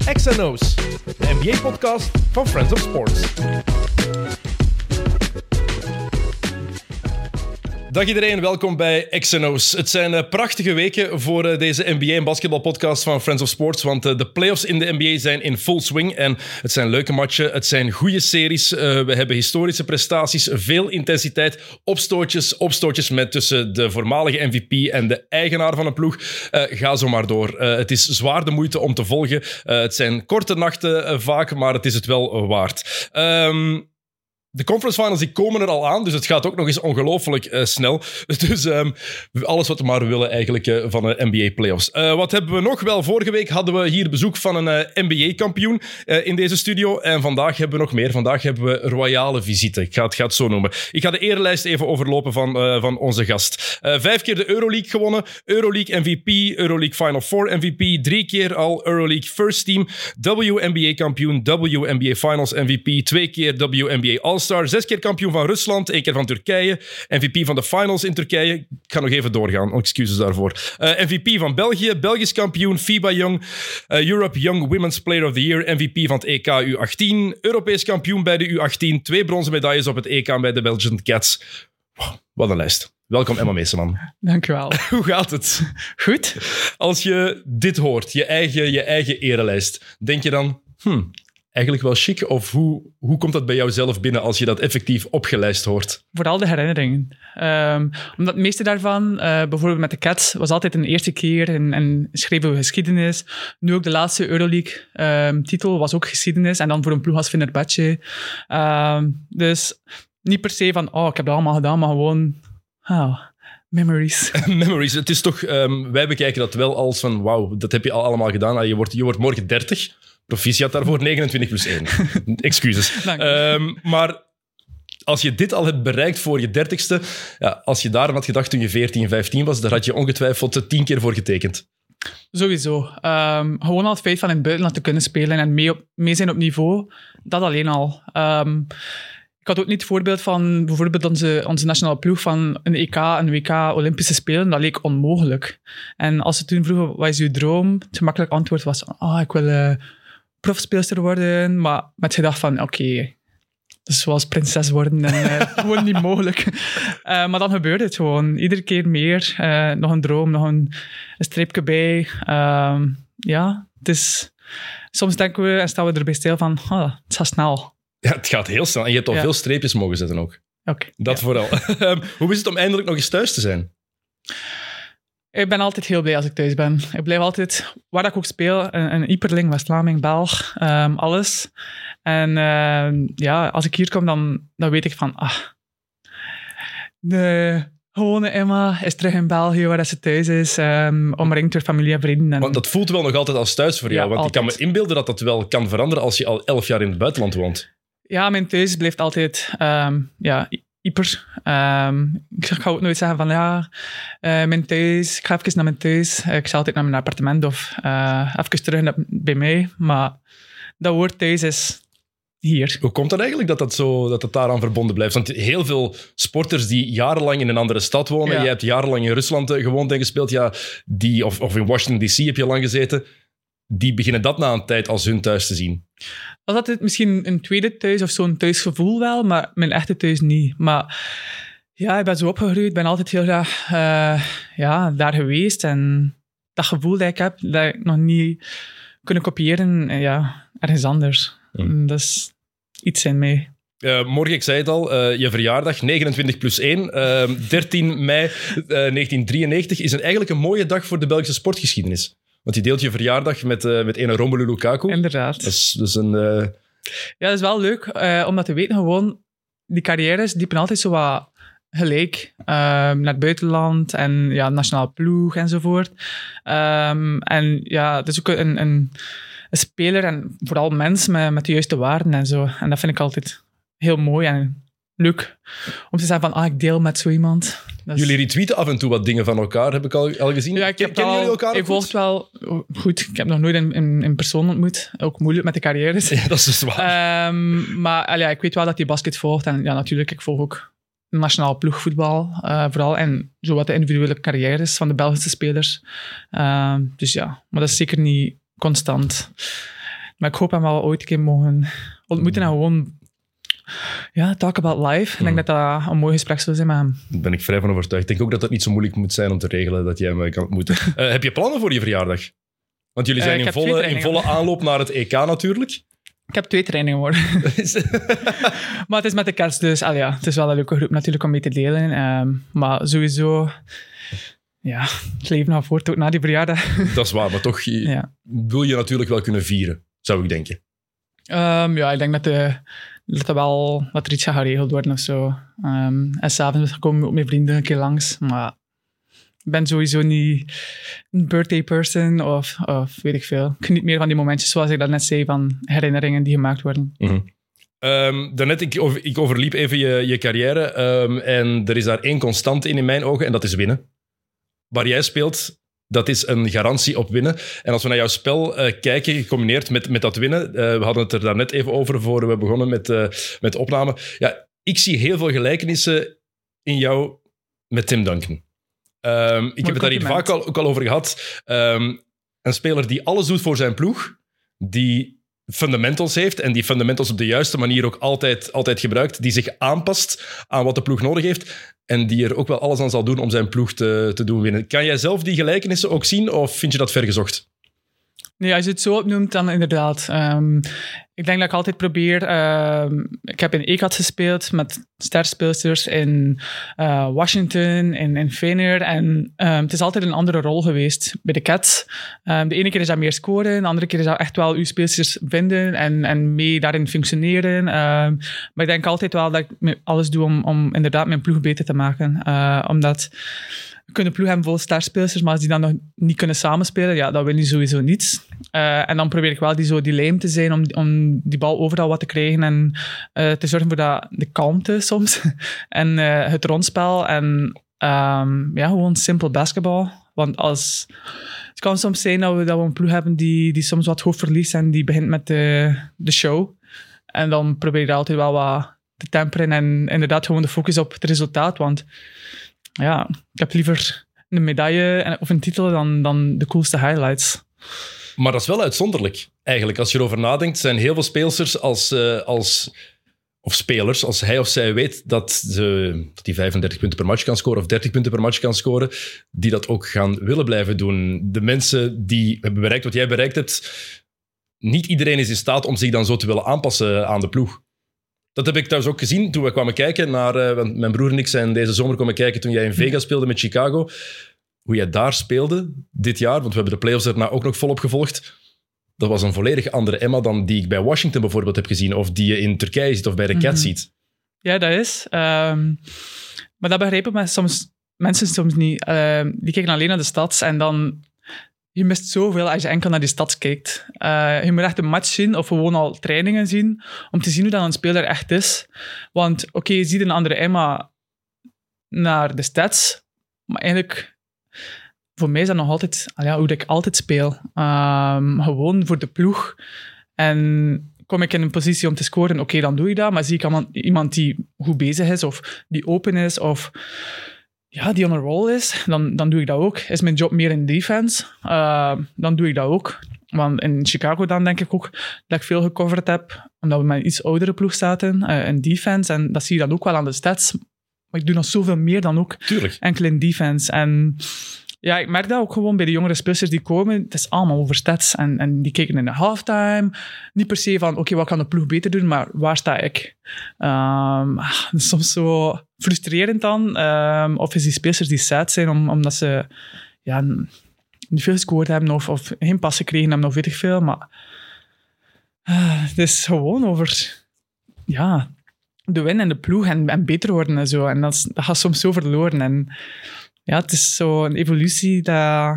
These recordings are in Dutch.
X&O's, de NBA-podcast van Friends of Sports. Dag iedereen, welkom bij X&O's. Het zijn prachtige weken voor deze NBA- en basketbalpodcast van Friends of Sports, want de playoffs in de NBA zijn in full swing en het zijn leuke matchen, het zijn goede series, we hebben historische prestaties, veel intensiteit, opstootjes met tussen de voormalige MVP en de eigenaar van een ploeg. Ga zo maar door. Het is zwaar de moeite om te volgen. Het zijn korte nachten vaak, maar het is het wel waard. De conference finals die komen er al aan, dus het gaat ook nog eens ongelooflijk snel. Dus alles wat we maar willen eigenlijk van de NBA playoffs. Wat hebben we nog? Wel, vorige week hadden we hier bezoek van een NBA-kampioen in deze studio. En vandaag hebben we nog meer. Vandaag hebben we royale visite. Ik ga het zo noemen. Ik ga de erenlijst even overlopen van onze gast. 5 keer de Euroleague gewonnen, Euroleague MVP, Euroleague Final Four MVP, 3 keer al Euroleague First Team, WNBA-kampioen, WNBA Finals MVP, 2 keer WNBA All-Star, 6 keer kampioen van Rusland, 1 keer van Turkije, MVP van de finals in Turkije. Ik ga nog even doorgaan, excuses daarvoor. MVP van België, Belgisch kampioen, FIBA Young, Europe Young Women's Player of the Year, MVP van het EK U18, Europees kampioen bij de U18, 2 bronzen medailles op het EK bij de Belgian Cats. Wow, wat een lijst. Welkom Emma Meeseman. Dank u wel. Hoe gaat het? Goed. Als je dit hoort, je eigen erenlijst, denk je dan... Eigenlijk wel chic, of hoe komt dat bij jou zelf binnen als je dat effectief opgelijst hoort? Vooral de herinneringen. Omdat het meeste daarvan, bijvoorbeeld met de Cats, was altijd een eerste keer en schreven we geschiedenis. Nu ook de laatste Euroleague-titel was ook geschiedenis. En dan voor een ploeg als Fenerbahce. Dus niet per se van, ik heb dat allemaal gedaan, maar gewoon... memories. Memories. Het is toch... wij bekijken dat wel als van, wauw, dat heb je al allemaal gedaan. Je wordt morgen 30... Proficiat daarvoor, 29+1. Excuses. Maar als je dit al hebt bereikt voor je 30ste, als je daarom had gedacht toen je 14, 15 was, daar had je ongetwijfeld 10 keer voor getekend. Sowieso. Gewoon al het feit van in het buitenland te kunnen spelen en mee zijn op niveau, dat alleen al. Ik had ook niet het voorbeeld van bijvoorbeeld onze nationale ploeg van een EK, een WK, Olympische Spelen. Dat leek onmogelijk. En als ze toen vroegen, wat is uw droom? Het gemakkelijk antwoord was, ik wil... profspeelster worden, maar met gedacht van, oké, dus zoals prinses worden en gewoon niet mogelijk. Maar dan gebeurde het gewoon. Iedere keer meer. Nog een droom, nog een streepje bij. Het is... Soms denken we en staan we erbij stil van, het gaat snel. Ja, het gaat heel snel. En je hebt al veel streepjes mogen zetten ook. Okay, dat vooral. Hoe is het om eindelijk nog eens thuis te zijn? Ik ben altijd heel blij als ik thuis ben. Ik blijf altijd, waar ik ook speel, een hyperling, West-Vlaming, Belg, alles. En als ik hier kom, dan weet ik van, de gewone Emma is terug in België, waar ze thuis is, omringd door familie en vrienden. Want dat voelt wel nog altijd als thuis voor jou, want altijd. Ik kan me inbeelden dat dat wel kan veranderen als je al 11 jaar in het buitenland woont. Ja, mijn thuis blijft altijd, hyper. Ik ga ook nooit zeggen van mijn thuis, ik ga even naar mijn thuis. Ik ga altijd naar mijn appartement of even terug bij mij. Maar dat woord thuis is hier. Hoe komt dat eigenlijk dat het daaraan verbonden blijft? Want heel veel sporters die jarenlang in een andere stad wonen, jij hebt jarenlang in Rusland gewoond en gespeeld, of in Washington DC heb je lang gezeten, die beginnen dat na een tijd als hun thuis te zien. Was dat het misschien een tweede thuis of zo'n thuisgevoel wel, maar mijn echte thuis niet. Maar ik ben zo opgegroeid, ben altijd heel graag daar geweest. En dat gevoel dat ik heb, dat ik nog niet kunnen kopiëren, ergens anders. Dat is iets in mij. Morgen, ik zei het al, je verjaardag, 29+1, 13 mei 1993, is eigenlijk een mooie dag voor de Belgische sportgeschiedenis. Want je deelt je verjaardag met ene Romelu Lukaku. Inderdaad. Dat is een... Ja, dat is wel leuk, omdat te weten gewoon, die carrières liepen altijd zo wat gelijk. Naar het buitenland en nationale ploeg enzovoort. Het is ook een speler en vooral mens met de juiste waarden en zo. En dat vind ik altijd heel mooi en leuk om te zeggen van, ik deel met zo iemand. Jullie retweeten af en toe wat dingen van elkaar, heb ik al gezien. Ja, kennen jullie elkaar ook volgt wel goed. Ik heb nog nooit in persoon ontmoet. Ook moeilijk met de carrières. Ja, dat is dus waar. Maar ik weet wel dat hij basket volgt. En natuurlijk, ik volg ook nationaal ploegvoetbal vooral. En zo wat de individuele carrières van de Belgische spelers. Maar dat is zeker niet constant. Maar ik hoop hem wel ooit een keer mogen ontmoeten en gewoon... Ja, talk about life. Ik denk dat dat een mooi gesprek zou zijn met hem. Daar ben ik vrij van overtuigd. Ik denk ook dat het niet zo moeilijk moet zijn om te regelen dat jij hem kan ontmoeten. Heb je plannen voor je verjaardag? Want jullie zijn in volle aanloop naar het EK natuurlijk. Ik heb 2 trainingen hoor. Maar het is met de kerst, dus het is wel een leuke groep natuurlijk om mee te delen. Maar sowieso... Ja, het leven gaat voort ook na die verjaardag. Dat is waar, maar toch wil je natuurlijk wel kunnen vieren, zou ik denken. Ik denk dat er iets gaat geregeld worden of zo. En s'avonds komen ook mijn vrienden een keer langs. Maar ik ben sowieso niet een birthday person of weet ik veel. Ik geniet meer van die momentjes, zoals ik dat net zei, van herinneringen die gemaakt worden. Mm-hmm. Daarnet, ik overliep even je carrière. En er is daar 1 constant in mijn ogen, en dat is winnen. Waar jij speelt, dat is een garantie op winnen. En als we naar jouw spel kijken, gecombineerd met dat winnen, we hadden het er daarnet even over voor we begonnen met de opname. Ja, ik zie heel veel gelijkenissen in jou met Tim Duncan. Ik heb het daar hier vaak ook al over gehad. Een speler die alles doet voor zijn ploeg, die fundamentals heeft en die fundamentals op de juiste manier ook altijd gebruikt, die zich aanpast aan wat de ploeg nodig heeft en die er ook wel alles aan zal doen om zijn ploeg te doen winnen. Kan jij zelf die gelijkenissen ook zien of vind je dat vergezocht? Nee, als je het zo opnoemt, dan inderdaad. Ik denk dat ik altijd probeer... ik heb in ECAT gespeeld met sterspeelsters in Washington, in Feyenoord. En het is altijd een andere rol geweest bij de Cats. De ene keer is dat meer scoren, de andere keer is dat echt wel uw speelsters vinden en mee daarin functioneren. Maar ik denk altijd wel dat ik alles doe om inderdaad mijn ploeg beter te maken. Omdat... We kunnen ploeg hebben vol sterspeelsters, maar als die dan nog niet kunnen samenspelen, dan win je sowieso niets. En dan probeer ik wel die lijm te zijn om die bal overal wat te krijgen en te zorgen voor de kalmte soms. En het rondspel en gewoon simpel basketbal. Want het kan soms zijn dat we een ploeg hebben die soms wat hoog verliest en die begint met de show. En dan probeer ik altijd wel wat te temperen en inderdaad gewoon de focus op het resultaat, want ja, ik heb liever een medaille of een titel dan de coolste highlights. Maar dat is wel uitzonderlijk, eigenlijk. Als je erover nadenkt, zijn heel veel speelsters of spelers, als hij of zij weet dat hij 35 punten per match kan scoren of 30 punten per match kan scoren, die dat ook gaan willen blijven doen. De mensen die hebben bereikt wat jij bereikt hebt, niet iedereen is in staat om zich dan zo te willen aanpassen aan de ploeg. Dat heb ik trouwens ook gezien toen we kwamen kijken naar... Want mijn broer en ik zijn deze zomer komen kijken toen jij in Vegas speelde met Chicago. Hoe jij daar speelde dit jaar, want we hebben de playoffs daarna ook nog volop gevolgd. Dat was een volledig andere Emma dan die ik bij Washington bijvoorbeeld heb gezien. Of die je in Turkije ziet of bij de Cats ziet. Ja, dat is. Maar dat begrijpen mensen soms niet. Die kijken alleen naar de stats en dan... Je mist zoveel als je enkel naar die stats kijkt. Je moet echt een match zien of gewoon al trainingen zien om te zien hoe dat een speler echt is. Want je ziet een andere Emma naar de stats, maar eigenlijk voor mij is dat nog altijd hoe ik altijd speel. Gewoon voor de ploeg. En kom ik in een positie om te scoren, dan doe je dat. Maar zie ik iemand die goed bezig is of die open is of... die on a roll is, dan doe ik dat ook. Is mijn job meer in defense, dan doe ik dat ook. Want in Chicago dan denk ik ook dat ik veel gecoverd heb, omdat we met een iets oudere ploeg zaten in defense. En dat zie je dan ook wel aan de stats. Maar ik doe nog zoveel meer dan ook. Tuurlijk. Enkel in defense. En ja, ik merk dat ook gewoon bij de jongere spelers die komen. Het is allemaal over stats. En die kijken in de halftime. Niet per se van, wat kan de ploeg beter doen, maar waar sta ik? Dat is soms zo frustrerend dan. Of is die spelers die sad zijn omdat ze niet veel gescoord hebben of geen pas gekregen hebben of weet ik veel. Maar het is gewoon over de win en de ploeg en beter worden en zo. En dat gaat soms zo verloren. En ja, het is zo'n evolutie dat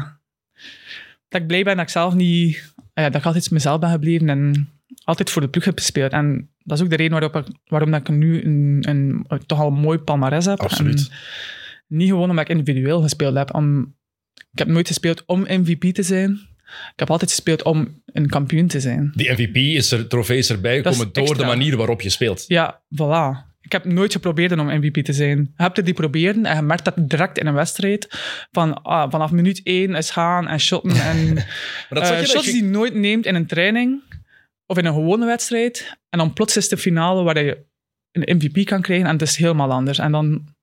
ik blij ben dat ik zelf niet... dat ik altijd mezelf ben gebleven en altijd voor de ploeg heb gespeeld. En dat is ook de reden waarom dat ik nu een toch al een mooi palmares heb. Absoluut. En niet gewoon omdat ik individueel gespeeld heb. Ik heb nooit gespeeld om MVP te zijn. Ik heb altijd gespeeld om een kampioen te zijn. Die MVP trofee is erbij gekomen door de manier waarop je speelt. Ja, voilà. Ik heb nooit geprobeerd om MVP te zijn. Je hebt het die proberen en je merkt dat direct in een wedstrijd. Vanaf minuut 1 is gaan en shotten. En, maar dat shots die je nooit neemt in een training, of in een gewone wedstrijd, en dan plots is de finale waar je een MVP kan krijgen, en het is helemaal anders. En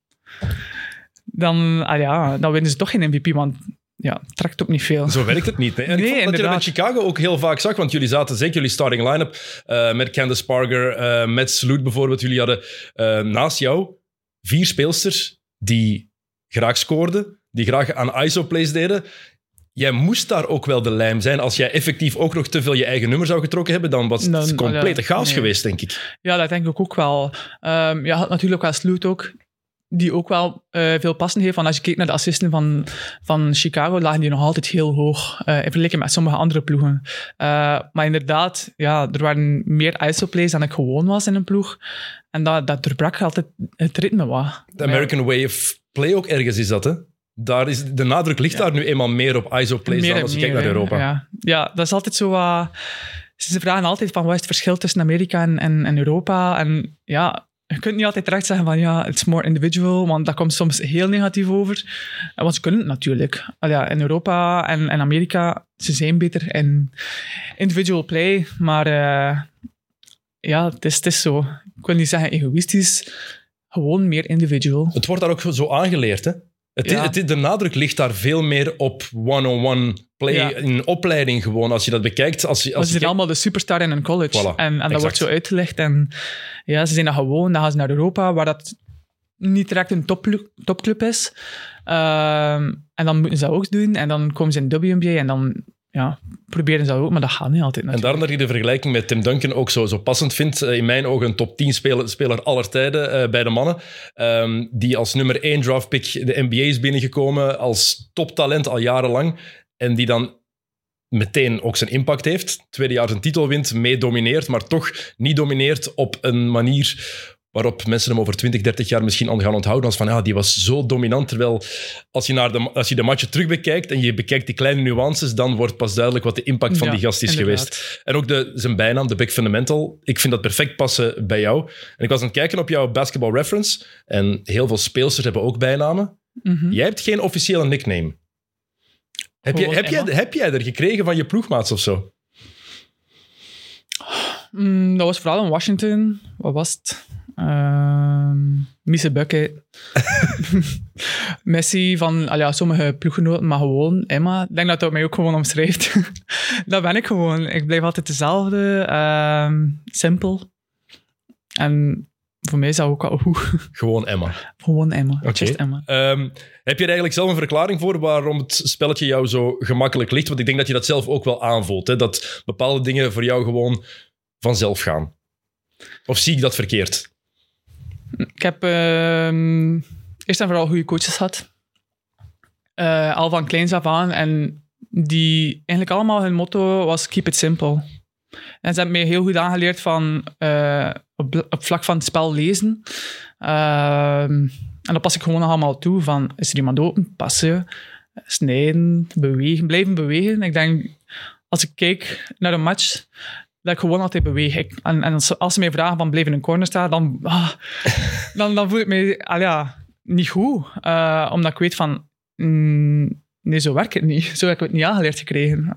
dan winnen ze toch geen MVP, want ja, het trekt ook niet veel. Zo werkt het niet. Nee. En ik vond dat je dat met Chicago ook heel vaak zag, want jullie zaten zeker jullie starting line-up met Candace Parker, met Sloot bijvoorbeeld. Jullie hadden naast jou 4 speelsters die graag scoorden, die graag aan ISO-plays deden. Jij moest daar ook wel de lijm zijn. Als jij effectief ook nog te veel je eigen nummer zou getrokken hebben, dan was het complete chaos geweest, denk ik. Ja, dat denk ik ook wel. Je had natuurlijk wel Sloot ook, die ook wel veel passen heeft. Want als je kijkt naar de assisten van Chicago, lagen die nog altijd heel hoog in vergelijking met sommige andere ploegen. Maar inderdaad, ja, er waren meer ISO-plays dan ik gewoon was in een ploeg. En dat doorbrak altijd het ritme wat. De American way of play ook ergens is dat, hè? De nadruk ligt daar nu eenmaal meer op ISO-plays dan als je kijkt naar Europa. Ja, dat is altijd zo wat... Ze vragen altijd van wat is het verschil tussen Amerika en Europa. En ja, je kunt niet altijd terecht zeggen van ja, it's more individual, want dat komt soms heel negatief over. Want ze kunnen het natuurlijk. In Europa en Amerika, ze zijn beter in individual play, maar het is zo. Ik wil niet zeggen egoïstisch, gewoon meer individual. Het wordt daar ook zo aangeleerd, hè? De nadruk ligt daar veel meer op one-on-one play in opleiding gewoon. Als je dat bekijkt... Ze zijn allemaal de superstar in een college. Voilà, en dat wordt zo uitgelegd. En ja, ze zijn dat gewoon. Dan gaan ze naar Europa, waar dat niet direct een topclub is. En dan moeten ze dat ook doen. En dan komen ze in WNBA en dan... Ja, proberen ze dat ook, maar dat gaat niet altijd natuurlijk. En daarom dat ik de vergelijking met Tim Duncan ook zo passend vind. In mijn ogen een top 10 speler aller tijden bij de mannen. Die als nummer 1 draftpick de NBA is binnengekomen. Als toptalent al jarenlang. En die dan meteen ook zijn impact heeft. Tweede jaar zijn titel wint, mee domineert. Maar toch niet domineert op een manier waarop mensen hem over 20, 30 jaar misschien gaan onthouden als van die was zo dominant. Terwijl als je de matchen terug bekijkt en je bekijkt die kleine nuances, dan wordt pas duidelijk wat de impact van die gast is geweest. En ook zijn bijnaam, de Big Fundamental, ik vind dat perfect passen bij jou. En ik was aan het kijken op jouw Basketball Reference en heel veel speelsters hebben ook bijnamen. Mm-hmm. Jij hebt geen officiële nickname. Heb jij er gekregen van je ploegmaats of zo? Dat was vooral in Washington. Wat was het? Misse Bucket. Messi van sommige ploeggenoten, maar gewoon Emma. Ik denk dat dat mij ook gewoon omschrijft. Dat ben ik gewoon. Ik blijf altijd dezelfde. Simpel. En voor mij is dat ook wel goed. Gewoon Emma. Gewoon Emma. Okay. Just Emma. Heb je er eigenlijk zelf een verklaring voor waarom het spelletje jou zo gemakkelijk ligt? Want ik denk dat je dat zelf ook wel aanvoelt. Hè? Dat bepaalde dingen voor jou gewoon vanzelf gaan. Of zie ik dat verkeerd? Ik heb eerst en vooral goede coaches gehad. Al van kleins af aan. En die eigenlijk allemaal hun motto was keep it simple. En ze hebben mij heel goed aangeleerd van op vlak van het spel lezen. En dat pas ik gewoon allemaal toe. Van, is er iemand open? Passen. Snijden. Bewegen. Blijven bewegen. Ik denk, als ik kijk naar een match, dat ik gewoon altijd beweeg. En als ze mij vragen van blijven in een corner staan, dan voel ik me niet goed. Omdat ik weet van... nee, zo werkt het niet. Zo heb ik het niet aangeleerd gekregen.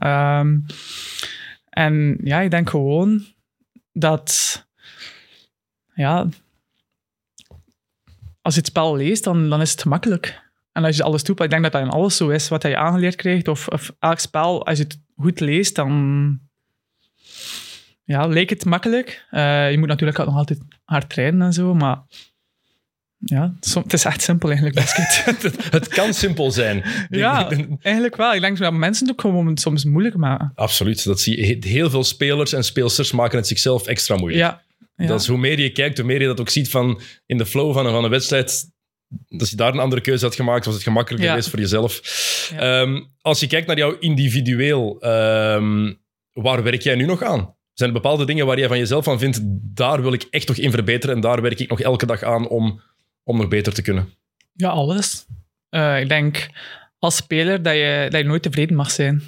En ja, ik denk gewoon dat... Ja... Als je het spel leest, dan is het gemakkelijk. En als je alles toepast, ik denk dat dat in alles zo is, wat je aangeleerd krijgt. Of elk spel, als je het goed leest, dan... Ja, leek het makkelijk. Je moet natuurlijk ook nog altijd hard trainen en zo, maar... Ja, het is echt simpel eigenlijk, basket. Het kan simpel zijn. Ja, eigenlijk wel. Ik denk dat mensen het ook gewoon soms moeilijk maken. Absoluut. Dat zie je. Heel veel spelers en speelsters maken het zichzelf extra moeilijk. Ja. Dat is hoe meer je kijkt, hoe meer je dat ook ziet van in de flow van een wedstrijd. Als je daar een andere keuze had gemaakt, was het gemakkelijker geweest voor jezelf. Ja. Als je kijkt naar jou individueel, waar werk jij nu nog aan? Zijn er bepaalde dingen waar jij van jezelf van vindt, daar wil ik echt nog in verbeteren en daar werk ik nog elke dag aan om nog beter te kunnen? Ja, alles. Ik denk als speler dat je nooit tevreden mag zijn.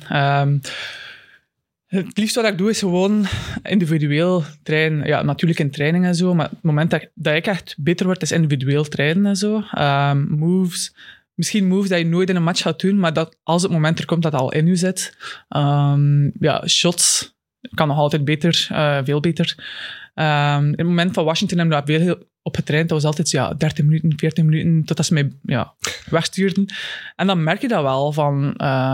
Het liefste wat ik doe is gewoon individueel trainen. Ja, natuurlijk in training en zo, maar het moment dat ik echt beter word, is individueel trainen en zo. Moves. Misschien moves dat je nooit in een match gaat doen, maar dat als het moment er komt dat al in je zit. Shots Kan nog altijd beter, veel beter. In het moment van Washington hebben we daar veel op getraind. Dat was altijd 30 minuten, 40 minuten, totdat ze mij wegstuurden. En dan merk je dat wel van...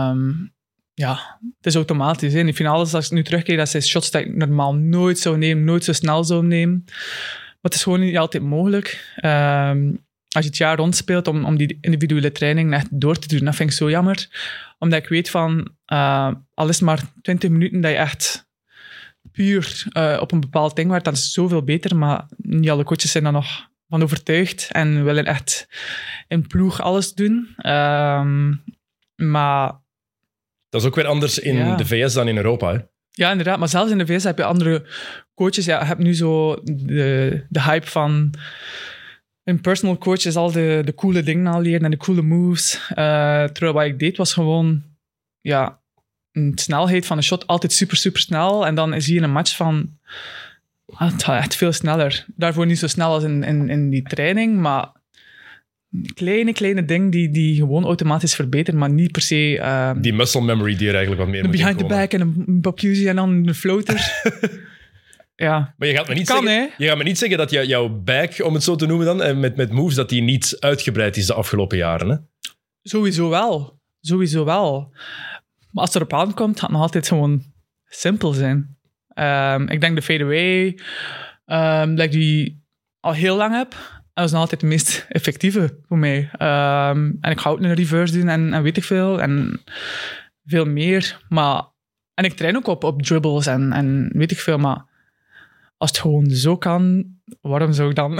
het is automatisch. Hè. In de finales, als ik nu terugkijk, dat zijn shots dat ik normaal nooit zou nemen, nooit zo snel zou nemen. Maar het is gewoon niet altijd mogelijk. Als je het jaar rond speelt om die individuele training echt door te doen, dat vind ik zo jammer. Omdat ik weet van, al is het maar 20 minuten dat je echt puur op een bepaald ding werkt, dat is zoveel beter, maar niet alle coaches zijn daar nog van overtuigd en willen echt in ploeg alles doen. Maar... Dat is ook weer anders in de VS dan in Europa, hè? Ja, inderdaad. Maar zelfs in de VS heb je andere coaches. Ja, je hebt nu zo de hype van... Een personal coach is al de coole dingen al leren en de coole moves. Terwijl wat ik deed was gewoon... een snelheid van een shot altijd super, super snel. En dan zie je een match van... het gaat echt veel sneller. Daarvoor niet zo snel als in die training, maar... Kleine dingen die gewoon automatisch verbeteren, maar niet per se... die muscle memory die er eigenlijk wat meer moet behind the back en een Bob Cousy en dan een floater. Ja. Maar je gaat me niet zeggen dat jouw back, om het zo te noemen dan, met moves, dat die niet uitgebreid is de afgelopen jaren, hè? Sowieso wel. Maar als het erop aankomt, gaat het nog altijd gewoon simpel zijn. Ik denk de fadeaway, dat ik die al heel lang heb. Dat is nog altijd het meest effectieve voor mij. En ik ga ook een reverse doen en weet ik veel. En veel meer. En ik train ook op dribbles en weet ik veel. Maar als het gewoon zo kan, waarom zou ik dan...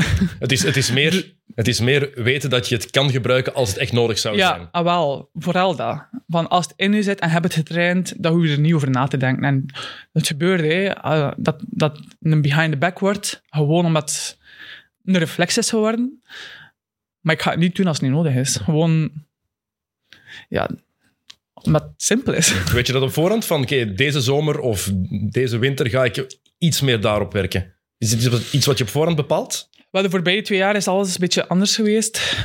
Het is meer weten dat je het kan gebruiken als het echt nodig zou zijn. Ja, wel. Vooral dat. Van als het in je zit en je hebt het getraind, dan hoef je er niet over na te denken. En het gebeurt, dat een behind the back wordt. Gewoon omdat... een reflex is geworden. Maar ik ga het niet doen als het niet nodig is. Gewoon... omdat het simpel is. Weet je dat op voorhand? Van deze zomer of deze winter ga ik iets meer daarop werken. Is het iets wat je op voorhand bepaalt? Wel, de voorbije 2 jaar is alles een beetje anders geweest. Ik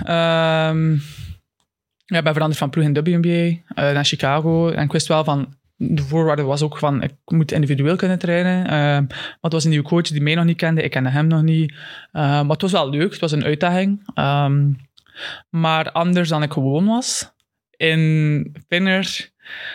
ben veranderd van ploeg in WNBA naar Chicago. En ik wist wel van... De voorwaarde was ook van, ik moet individueel kunnen trainen. Maar het was een nieuwe coach die mij nog niet kende. Ik kende hem nog niet. Maar het was wel leuk. Het was een uitdaging. Maar anders dan ik gewoon was. In Finner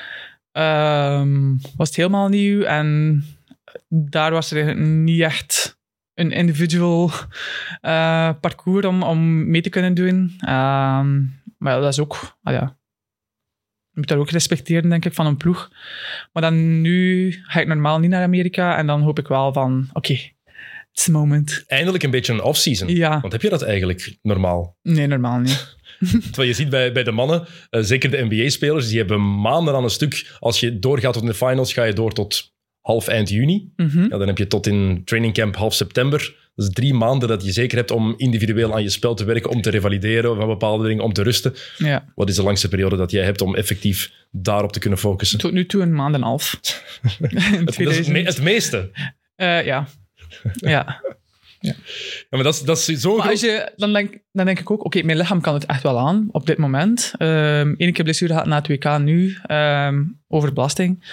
was het helemaal nieuw. En daar was er niet echt een individual parcours om mee te kunnen doen. Maar dat is ook... Je moet dat ook respecteren, denk ik, van een ploeg. Maar dan nu ga ik normaal niet naar Amerika en dan hoop ik wel van, oké, it's the moment. Eindelijk een beetje een off-season. Ja. Want heb je dat eigenlijk normaal? Nee, normaal niet. Terwijl je ziet bij de mannen, zeker de NBA-spelers, die hebben maanden aan een stuk. Als je doorgaat tot in de finals, ga je door tot half eind juni. Mm-hmm. Dan heb je tot in training camp half september. Dat is 3 maanden dat je zeker hebt om individueel aan je spel te werken, om te revalideren van bepaalde dingen, om te rusten. Ja. Wat is de langste periode dat jij hebt om effectief daarop te kunnen focussen? Tot nu toe 1,5 maanden. Dat is het meeste? Ja. Ja, maar dat is zo'n... Maar dan denk ik ook, oké, mijn lichaam kan het echt wel aan op dit moment. 1 keer blessure gehad na het WK nu, over belasting.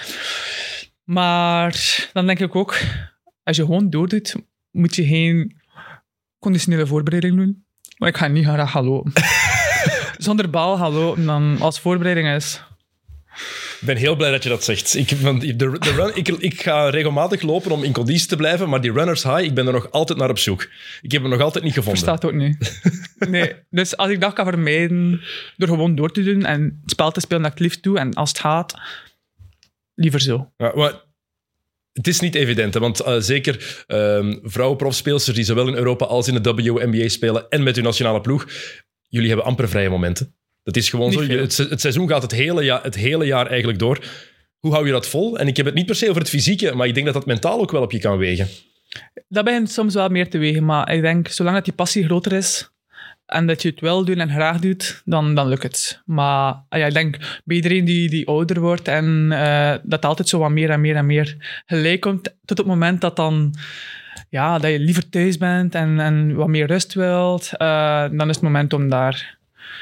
Maar dan denk ik ook, als je gewoon doordoet, moet je geen conditionele voorbereiding doen. Maar ik ga niet gaan lopen. Zonder bal gaan lopen dan als voorbereiding is. Ik ben heel blij dat je dat zegt. Ik ga regelmatig lopen om in conditie te blijven, maar die runners high, ik ben er nog altijd naar op zoek. Ik heb hem nog altijd niet gevonden. Verstaat ook niet. Nee, dus als ik dat kan vermijden door gewoon door te doen en het spel te spelen dat ik het liefst doe, en als het gaat, liever zo. Ja, maar het is niet evident, hè, want zeker vrouwenprofspeelsters die zowel in Europa als in de WNBA spelen en met hun nationale ploeg, jullie hebben amper vrije momenten. Dat is gewoon zo. Het seizoen gaat het hele jaar eigenlijk door. Hoe hou je dat vol? En ik heb het niet per se over het fysieke, maar ik denk dat dat mentaal ook wel op je kan wegen. Dat begint soms wel meer te wegen, maar ik denk, zolang dat die passie groter is en dat je het wil doen en graag doet, dan lukt het. Maar ik denk, bij iedereen die ouder wordt en dat altijd zo wat meer en meer en meer gelijk komt, tot het moment dat dan... Ja, dat je liever thuis bent en wat meer rust wilt, dan is het moment om daar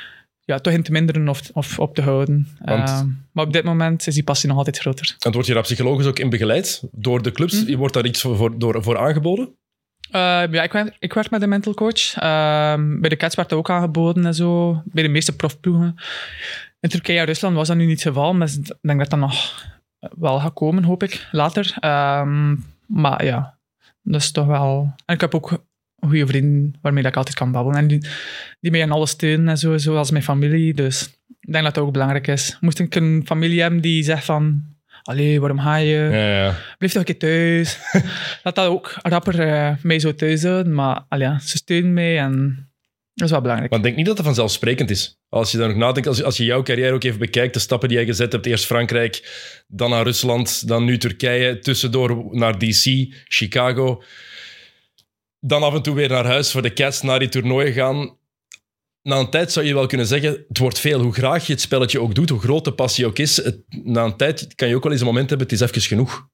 toch in te minderen of op te houden. Want- Maar op dit moment is die passie nog altijd groter. En word je daar psychologisch ook in begeleid door de clubs? Je wordt daar iets voor aangeboden? Ik werk met een mental coach. Bij de Cats werd dat ook aangeboden en zo. Bij de meeste profploegen. In Turkije en Rusland was dat nu niet het geval. Maar ik denk dat dat nog wel gaat komen, hoop ik, later. Maar ja, dat is toch wel... En ik heb ook goede vrienden waarmee dat ik altijd kan babbelen. En die mij in alles steunen en zo, zoals mijn familie. Dus ik denk dat dat ook belangrijk is. Moest ik een familie hebben die zegt van... Allee, waarom ga je? Ja. Blijf toch een keer thuis. Dat ook rapper mij zo thuis houden. Maar ze steunen mij en dat is wel belangrijk. Maar ik denk niet dat het vanzelfsprekend is. Als je daar nog nadenkt, als je jouw carrière ook even bekijkt, de stappen die jij gezet hebt, eerst Frankrijk, dan naar Rusland, dan nu Turkije, tussendoor naar DC, Chicago. Dan af en toe weer naar huis voor de Cats, naar die toernooien gaan. Na een tijd zou je wel kunnen zeggen, het wordt veel. Hoe graag je het spelletje ook doet, hoe groot de passie ook is, na een tijd kan je ook wel eens een moment hebben, het is even genoeg.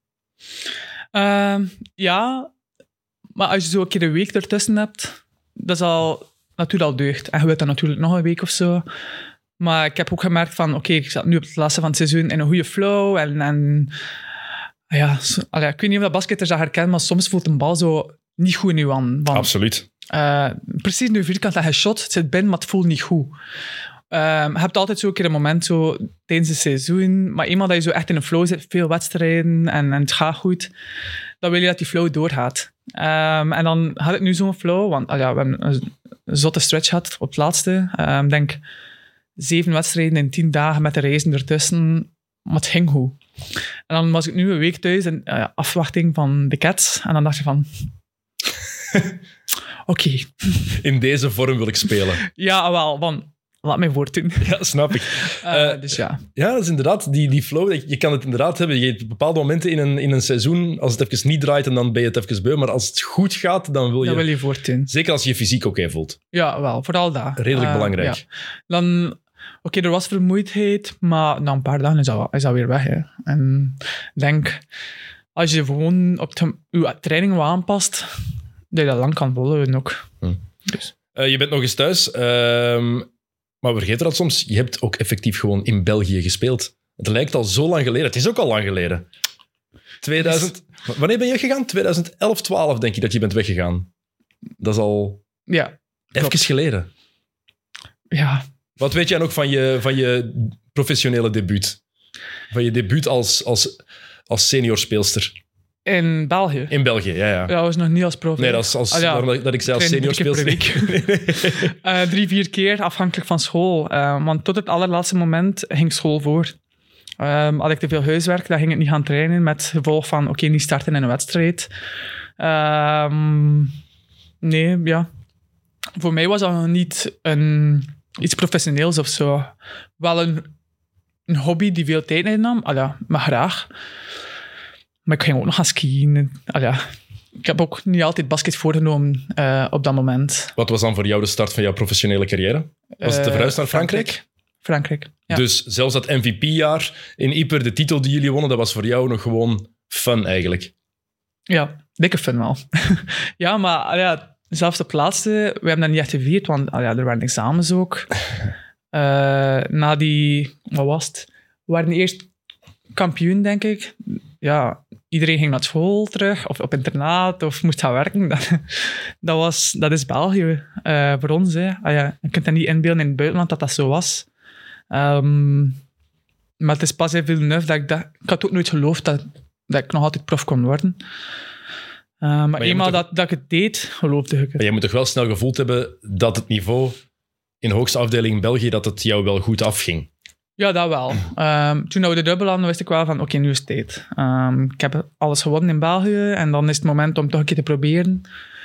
Ja, maar als je zo een keer een week ertussen hebt, dat is al natuurlijk al deugd. En je wilt dan natuurlijk nog een week of zo. Maar ik heb ook gemerkt van, oké, ik zat nu op het laatste van het seizoen in een goede flow. En ik weet niet of dat basketters dat herkennen, maar soms voelt een bal zo niet goed in je hand. Absoluut. Precies nu vierkant dat je shot, het zit binnen, maar het voelt niet goed. Je hebt altijd zo een keer een moment zo, tijdens het seizoen, maar eenmaal dat je zo echt in een flow zit, veel wedstrijden en het gaat goed, dan wil je dat die flow doorgaat. En dan had ik nu zo'n flow, want we hebben een zotte stretch gehad op het laatste. Ik denk 7 wedstrijden in 10 dagen met de reizen ertussen, maar het ging goed. En dan was ik nu een week thuis in afwachting van de Cats en dan dacht je van... Oké. In deze vorm wil ik spelen. Ja, wel, want laat mij voortdoen. Ja, snap ik. Dus ja. Ja, dat is inderdaad die flow. Je kan het inderdaad hebben. Je hebt bepaalde momenten in een seizoen, als het even niet draait, en dan ben je het even beu. Maar als het goed gaat, dan wil je... Dan wil je voortdoen. Zeker als je je fysiek ook voelt. Ja, wel. Vooral dat. Redelijk belangrijk. Ja. Dan... Oké, er was vermoeidheid, maar na een paar dagen is dat weer weg. Hè. En ik denk, als je gewoon op je training wat aanpast, dat je dat lang kan volhouden ook. Dus. Je bent nog eens thuis, maar we vergeten dat soms. Je hebt ook effectief gewoon in België gespeeld. Het lijkt al zo lang geleden. Het is ook al lang geleden. 2000... Wanneer ben je weggegaan? 2011, 12 denk je dat je bent weggegaan. Dat is al even geleden. Ja. Wat weet jij nog van je professionele debuut? Van je debuut als senior speelster? In België? In België, ja. Ja, dat was nog niet als prof. Nee, dat ik zei als senior speelster. 3-4 keer, afhankelijk van school. Want tot het allerlaatste moment ging school voor. Had ik te veel huiswerk, dan ging ik niet gaan trainen met het gevolg van, niet starten in een wedstrijd. Nee, ja. Voor mij was dat nog niet iets professioneels of zo. Wel een hobby die veel tijd innam. Maar graag. Maar ik ging ook nog gaan skiën. Ik heb ook niet altijd basket voorgenomen op dat moment. Wat was dan voor jou de start van jouw professionele carrière? Was het de verhuis naar Frankrijk? Frankrijk, ja. Dus zelfs dat MVP-jaar in Yper, de titel die jullie wonnen, dat was voor jou nog gewoon fun eigenlijk? Ja, dikke fun wel. Ja, maar zelfs op het laatste, we hebben dat niet echt gevierd, want er waren examens ook. Na die, wat was het? We waren eerst kampioen, denk ik. Ja, iedereen ging naar school terug, of op internaat, of moest gaan werken. Dat is België voor ons. Hè. Je kunt dat niet inbeelden in het buitenland dat zo was. Maar het is pas in Villeneuve dat ik had ook nooit geloofd dat ik nog altijd prof kon worden. Maar eenmaal dat ik het deed, geloofde ik het. Maar je moet toch wel snel gevoeld hebben dat het niveau in de hoogste afdeling in België, dat het jou wel goed afging? Ja, dat wel. Toen we de dubbel hadden, wist ik wel van, nu is het tijd. Ik heb alles gewonnen in België en dan is het moment om toch een keer te proberen.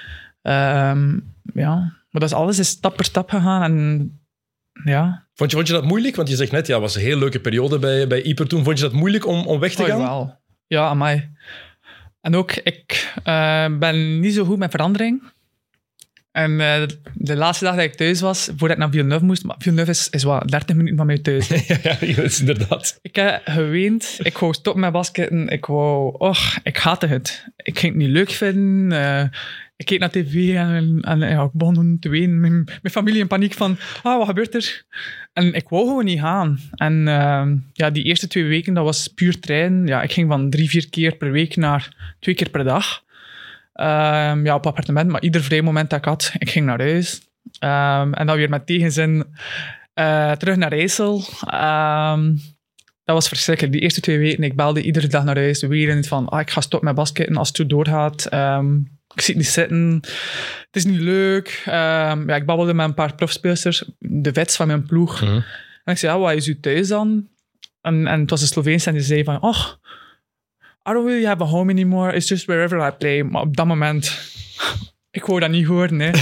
Maar alles is stap per stap gegaan en ja. Vond je dat moeilijk? Want je zegt net, het was een heel leuke periode bij Yper toen. Vond je dat moeilijk om weg te gaan? Wel. Ja, amai. En ook, ik ben niet zo goed met verandering. En de laatste dag dat ik thuis was, voordat ik naar Villeneuve moest, maar Villeneuve is wat 30 minuten van mij thuis. Ja, dat is inderdaad. Ik heb geweend, ik wou stoppen met basketten, ik haatte het. Ik ging het niet leuk vinden. ik keek naar tv en ik begon te wenen. Mijn familie in paniek van, wat gebeurt er? En ik wou gewoon niet gaan. En die eerste 2 weken, dat was puur trainen. Ja, ik ging van 3-4 keer per week naar 2 keer per dag. Op appartement, maar ieder vrij moment dat ik had, ik ging naar huis. En dan weer met tegenzin terug naar IJssel. Dat was verschrikkelijk. Die eerste 2 weken, ik belde iedere dag naar huis. Weer van, ik ga stoppen met basketten als het zo doorgaat. Ik zie het niet zitten. Het is niet leuk. Ik babbelde met een paar profspeelsters, de vets van mijn ploeg. Mhm. En ik zei, wat is u thuis dan? En het was een Sloveens en die zei van, I don't really have a home anymore. It's just wherever I play. Maar op dat moment, ik wou dat niet horen. Hè.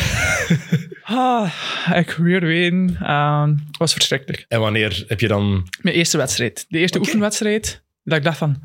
Ik weer ween. Het was verschrikkelijk. En wanneer heb je dan... Mijn eerste wedstrijd. De eerste oefenwedstrijd. Dat ik dacht van...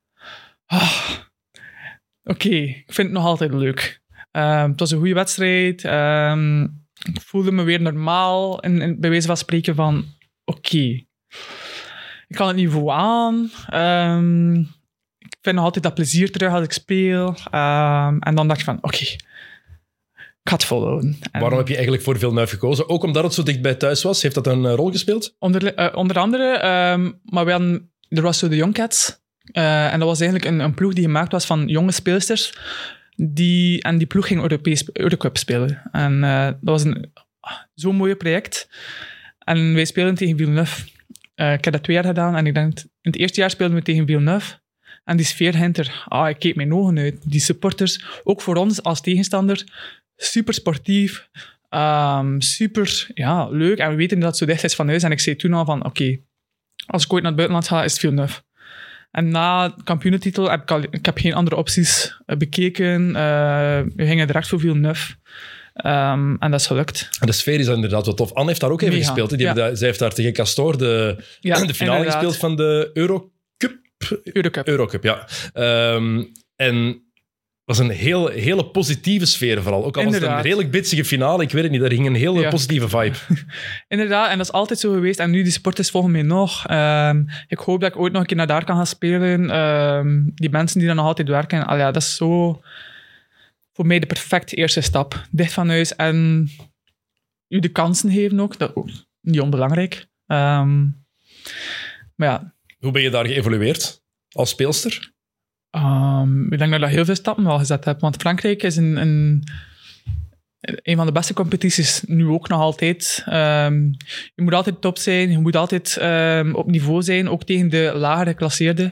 Oké, ik vind het nog altijd leuk. Het was een goede wedstrijd. Ik voelde me weer normaal. En bij wijze van spreken van... Oké, ik kan het niveau aan. Ik vind nog altijd dat plezier terug als ik speel. En dan dacht ik van... Oké, ik ga het volhouden. Waarom heb je eigenlijk voor Villeneuve gekozen? Ook omdat het zo dichtbij thuis was? Heeft dat een rol gespeeld? Onder andere, maar er was zo de Young Cats. En dat was eigenlijk een ploeg die gemaakt was van jonge speelsters. Die ploeg ging Eurocup spelen. En dat was zo'n mooi project. En wij speelden tegen Villeneuve. Ik heb dat 2 jaar gedaan. En ik denk, in het eerste jaar speelden we tegen Villeneuve. En die sfeer hinter. Ik keek mijn ogen uit. Die supporters, ook voor ons als tegenstander, super sportief. Super leuk. En we weten dat het zo dicht is van huis. En ik zei toen al van, oké, als ik ooit naar het buitenland ga, is het Villeneuve. En na de kampioenentitel heb ik geen andere opties bekeken. We gingen direct voor Villeneuve. En dat is gelukt. En de sfeer is inderdaad wel tof. Anne heeft daar ook even gespeeld. Zij heeft daar tegen Castor de finale gespeeld van de Eurocup, ja. En het was een hele positieve sfeer vooral. Ook al was het een redelijk bitsige finale, ik weet het niet, daar hing een hele positieve vibe. Inderdaad, en dat is altijd zo geweest. En nu, die sporters volgen mij nog. Ik hoop dat ik ooit nog een keer naar daar kan gaan spelen. Die mensen die daar nog altijd werken, dat is zo voor mij de perfecte eerste stap. Dicht van huis en u de kansen geven ook. Dat is niet onbelangrijk. Maar ja. Hoe ben je daar geëvolueerd als speelster? Ik denk dat ik heel veel stappen wel gezet heb. Want Frankrijk is een van de beste competities, nu ook nog altijd. Je moet altijd top zijn, je moet altijd op niveau zijn, ook tegen de lager geclasseerden.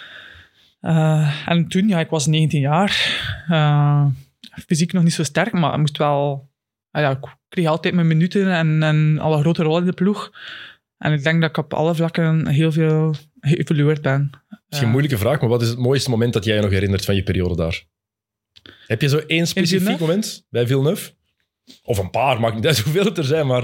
En toen, ik was 19 jaar. Fysiek nog niet zo sterk, maar ik moest wel... ik kreeg altijd mijn minuten en alle grote rollen in de ploeg. En ik denk dat ik op alle vlakken heel veel geëvolueerd ben. Dat is een moeilijke vraag, maar wat is het mooiste moment dat jij je nog herinnert van je periode daar? Heb je zo één specifiek moment bij Villeneuve? Of een paar, maakt niet uit hoeveel het er zijn, maar...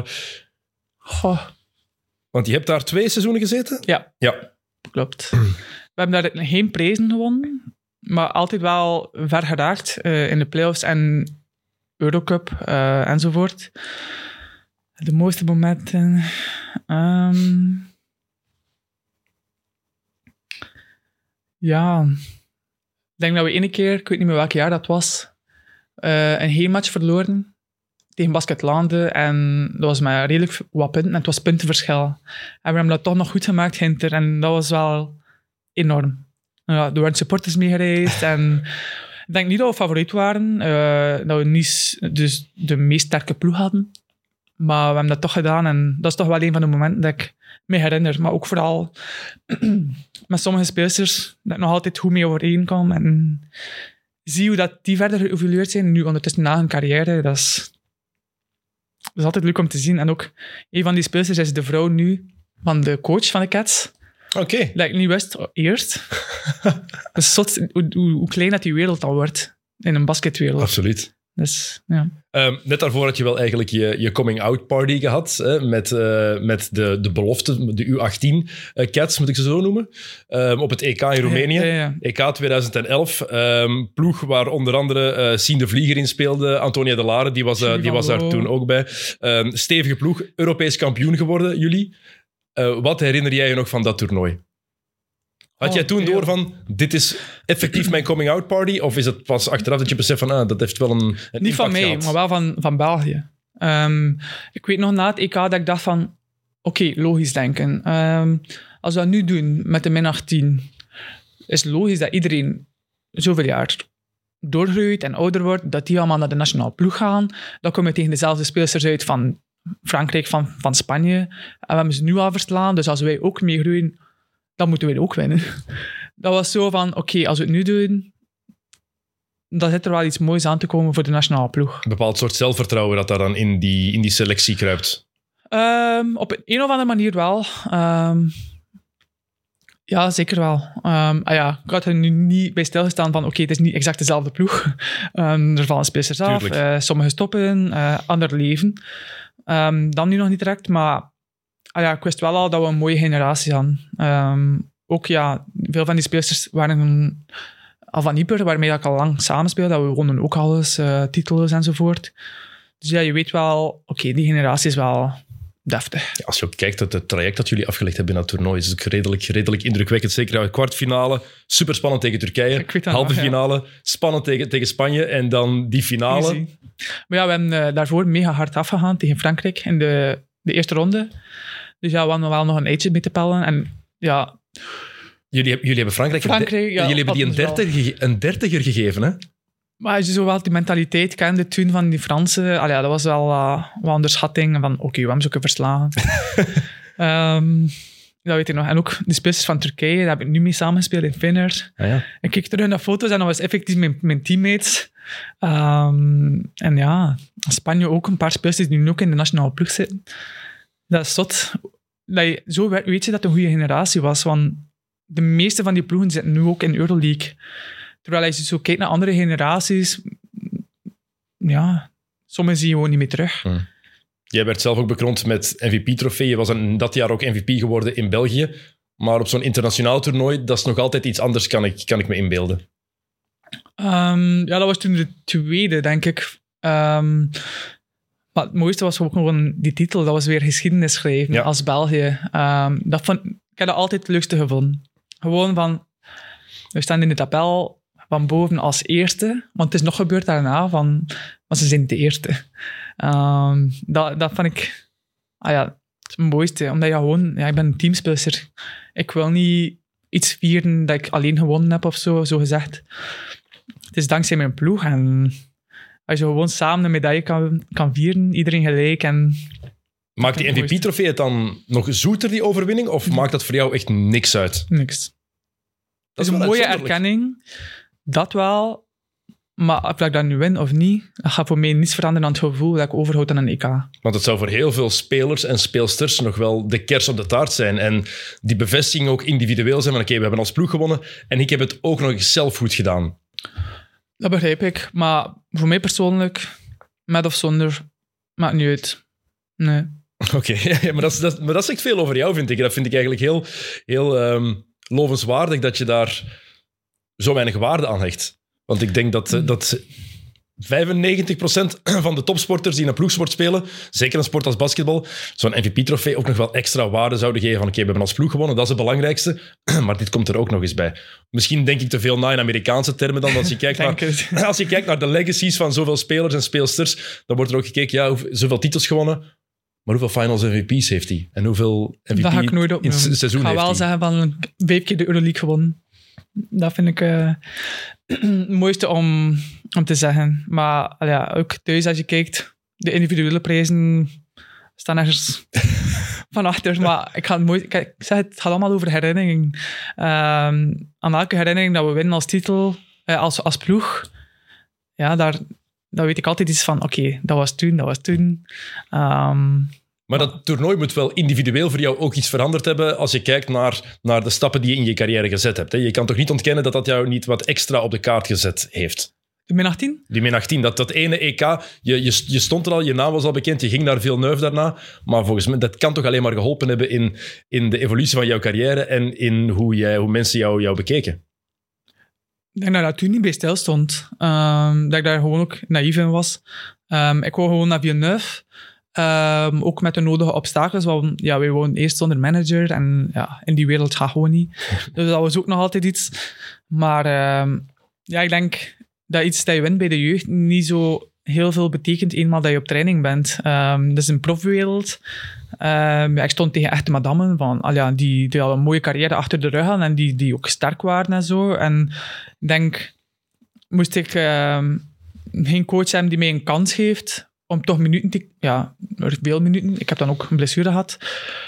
Want je hebt daar 2 seizoenen gezeten? Ja. Klopt. We hebben daar geen prijzen gewonnen, maar altijd wel ver geraakt in de playoffs en Eurocup enzovoort. De mooiste momenten... ik denk dat we 1 keer, ik weet niet meer welk jaar dat was, een heenmatch verloren tegen Basket Lande. En dat was met redelijk wat punten. En het was puntenverschil. En we hebben dat toch nog goed gemaakt, Ginter. En dat was wel enorm. Er werden supporters meegereisd. En ik denk niet dat we favoriet waren. Dat we niet dus de meest sterke ploeg hadden. Maar we hebben dat toch gedaan. En dat is toch wel een van de momenten dat ik me herinner. Maar ook vooral met sommige speelsters dat ik nog altijd goed mee overeenkom. En zie hoe dat die verder geëvolueerd zijn. Nu ondertussen na hun carrière. Dat is altijd leuk om te zien. En ook een van die speelsters is de vrouw nu van de coach van de Cats. Oké. Dat ik niet wist eerst. Dat is zot hoe klein dat die wereld al wordt. In een basketwereld. Absoluut. Dus, ja. Net daarvoor had je wel eigenlijk je coming-out party gehad, met de belofte, de U18 Cats, moet ik ze zo noemen, op het EK in Roemenië. Ja. EK 2011. Ploeg waar onder andere Sien de Vlieger in speelde, Antonia de Lare, die was daar toen ook bij. Stevige ploeg, Europees kampioen geworden, jullie. Wat herinner jij je nog van dat toernooi? Had jij toen door van, dit is effectief mijn coming-out party? Of is het pas achteraf dat je beseft van, dat heeft wel een niet van mij, gehad? maar wel van België. Ik weet nog na het EK dat ik dacht van... Oké, logisch denken. Als we dat nu doen met de min 18... is het logisch dat iedereen zoveel jaar doorgroeit en ouder wordt, dat die allemaal naar de nationale ploeg gaan. Dan komen we tegen dezelfde speelsters uit van Frankrijk, van Spanje. En we hebben ze nu al verslaan, dus als wij ook meegroeien, dan moeten wij ook winnen. Dat was zo van, oké, als we het nu doen, dan zit er wel iets moois aan te komen voor de nationale ploeg. Een bepaald soort zelfvertrouwen dat daar dan in die selectie kruipt. Op een of andere manier wel. Ja, zeker wel. Ik had er nu niet bij stilgestaan van oké, het is niet exact dezelfde ploeg. Er vallen spelers af, sommigen stoppen, anderen leven. Dan nu nog niet direct, maar ik wist wel al dat we een mooie generatie hadden. Ook veel van die spelers waren al van Ieper, waarmee ik al lang samenspeelde. Dat we wonnen ook alles, titels enzovoort. Dus ja, je weet wel, oké, die generatie is wel deftig. Ja, als je ook kijkt naar het traject dat jullie afgelegd hebben in dat toernooi, is het ook redelijk indrukwekkend. Zeker de kwartfinale, super spannend tegen Turkije. Halve finale, spannend tegen Spanje en dan die finale. Easy. Maar we hebben daarvoor mega hard afgegaan tegen Frankrijk in de eerste ronde. Dus we hadden wel nog een eitje mee te pellen. En ja... Jullie hebben Frankrijk jullie hebben die een dertiger gegeven, hè? Maar als je zo wel die mentaliteit kende toen van die Fransen, dat was wel wat onderschatting van oké, we hebben ze ook verslagen. Dat weet ik nog. En ook de spelers van Turkije, daar heb ik nu mee samengespeeld in Feyenoord. Ah, ja. Ik keek terug naar foto's en dat was effectief mijn teammates. En ja, Spanje ook een paar spelers die nu ook in de nationale ploeg zitten. Dat is zot. Zo weet je dat het een goede generatie was, want de meeste van die ploegen zitten nu ook in Euroleague. Terwijl als je zo kijkt naar andere generaties, sommigen zie je gewoon niet meer terug. Jij werd zelf ook bekroond met MVP-trofee. Je was in dat jaar ook MVP geworden in België. Maar op zo'n internationaal toernooi, dat is nog altijd iets anders, kan ik me inbeelden. Dat was toen de tweede, denk ik. Maar het mooiste was ook gewoon die titel. Dat was weer geschiedenis schrijven als België. Ik heb dat altijd het leukste gevonden. Gewoon van, we staan in de tabel van boven als eerste, want het is nog gebeurd daarna, maar ze zijn de eerste. Dat vond ik het mooiste, omdat je gewoon, ik ben een teamspeler. Ik wil niet iets vieren dat ik alleen gewonnen heb of zo gezegd. Het is dankzij mijn ploeg en als je gewoon samen een medaille kan vieren, iedereen gelijk. Maakt die MVP-trofee het dan nog zoeter, die overwinning, of maakt dat voor jou echt niks uit? Niks. Dat is een mooie erkenning. Dat wel. Maar of ik dat nu win of niet, dat gaat voor mij niets veranderen aan het gevoel dat ik overhoud aan een EK. Want het zou voor heel veel spelers en speelsters nog wel de kers op de taart zijn. En die bevestiging ook individueel zijn van oké, we hebben als ploeg gewonnen en ik heb het ook nog eens zelf goed gedaan. Dat begrijp ik. Maar voor mij persoonlijk, met of zonder, maakt niet uit. Nee. Oké, maar dat zegt veel over jou, vind ik. Dat vind ik eigenlijk heel lovenswaardig dat je daar zo weinig waarde aan hecht. Want ik denk dat 95% van de topsporters die in een ploegsport spelen, zeker een sport als basketbal, zo'n MVP-trofee ook nog wel extra waarde zouden geven van oké, we hebben als ploeg gewonnen, dat is het belangrijkste, maar dit komt er ook nog eens bij. Misschien denk ik te veel na in Amerikaanse termen dan, als je kijkt naar de legacies van zoveel spelers en speelsters, dan wordt er ook gekeken, zoveel titels gewonnen, maar hoeveel finals MVP's heeft hij? En hoeveel MVP dat ga ik nooit in het seizoen heeft hij? Ik ga wel zeggen van 5 keer de Euroleague gewonnen. Dat vind ik het mooiste om te zeggen. Maar ook thuis, als je kijkt, de individuele prijzen staan ergens van achter. Maar ik zeg het gaat allemaal over herinneringen. Aan elke herinnering dat we winnen als titel, als ploeg, daar weet ik altijd iets van, oké, dat was toen. Maar dat toernooi moet wel individueel voor jou ook iets veranderd hebben als je kijkt naar de stappen die je in je carrière gezet hebt. Hè? Je kan toch niet ontkennen dat jou niet wat extra op de kaart gezet heeft? De min 18? Die min 18, dat ene EK, je stond er al, je naam was al bekend, je ging naar Villeneuve daarna, maar volgens mij, dat kan toch alleen maar geholpen hebben in de evolutie van jouw carrière en in hoe mensen jou bekeken? Ik denk dat toen niet bij stil stond. Dat ik daar gewoon ook naïef in was. Ik wou gewoon naar Villeneuve. Ook met de nodige obstakels. Want ja, wij wonen eerst zonder manager. En ja, in die wereld gaat gewoon niet. Dus dat was ook nog altijd iets. Maar ja, ik denk dat iets dat je wint bij de jeugd niet zo heel veel betekent eenmaal dat je op training bent. Dat is een profwereld. Ja, ik stond tegen echte madammen van, die hadden een mooie carrière achter de rug hadden en die ook sterk waren en zo. En ik denk, moest ik geen coach hebben die mij een kans geeft om toch minuten te... Ja, veel minuten. Ik heb dan ook een blessure gehad.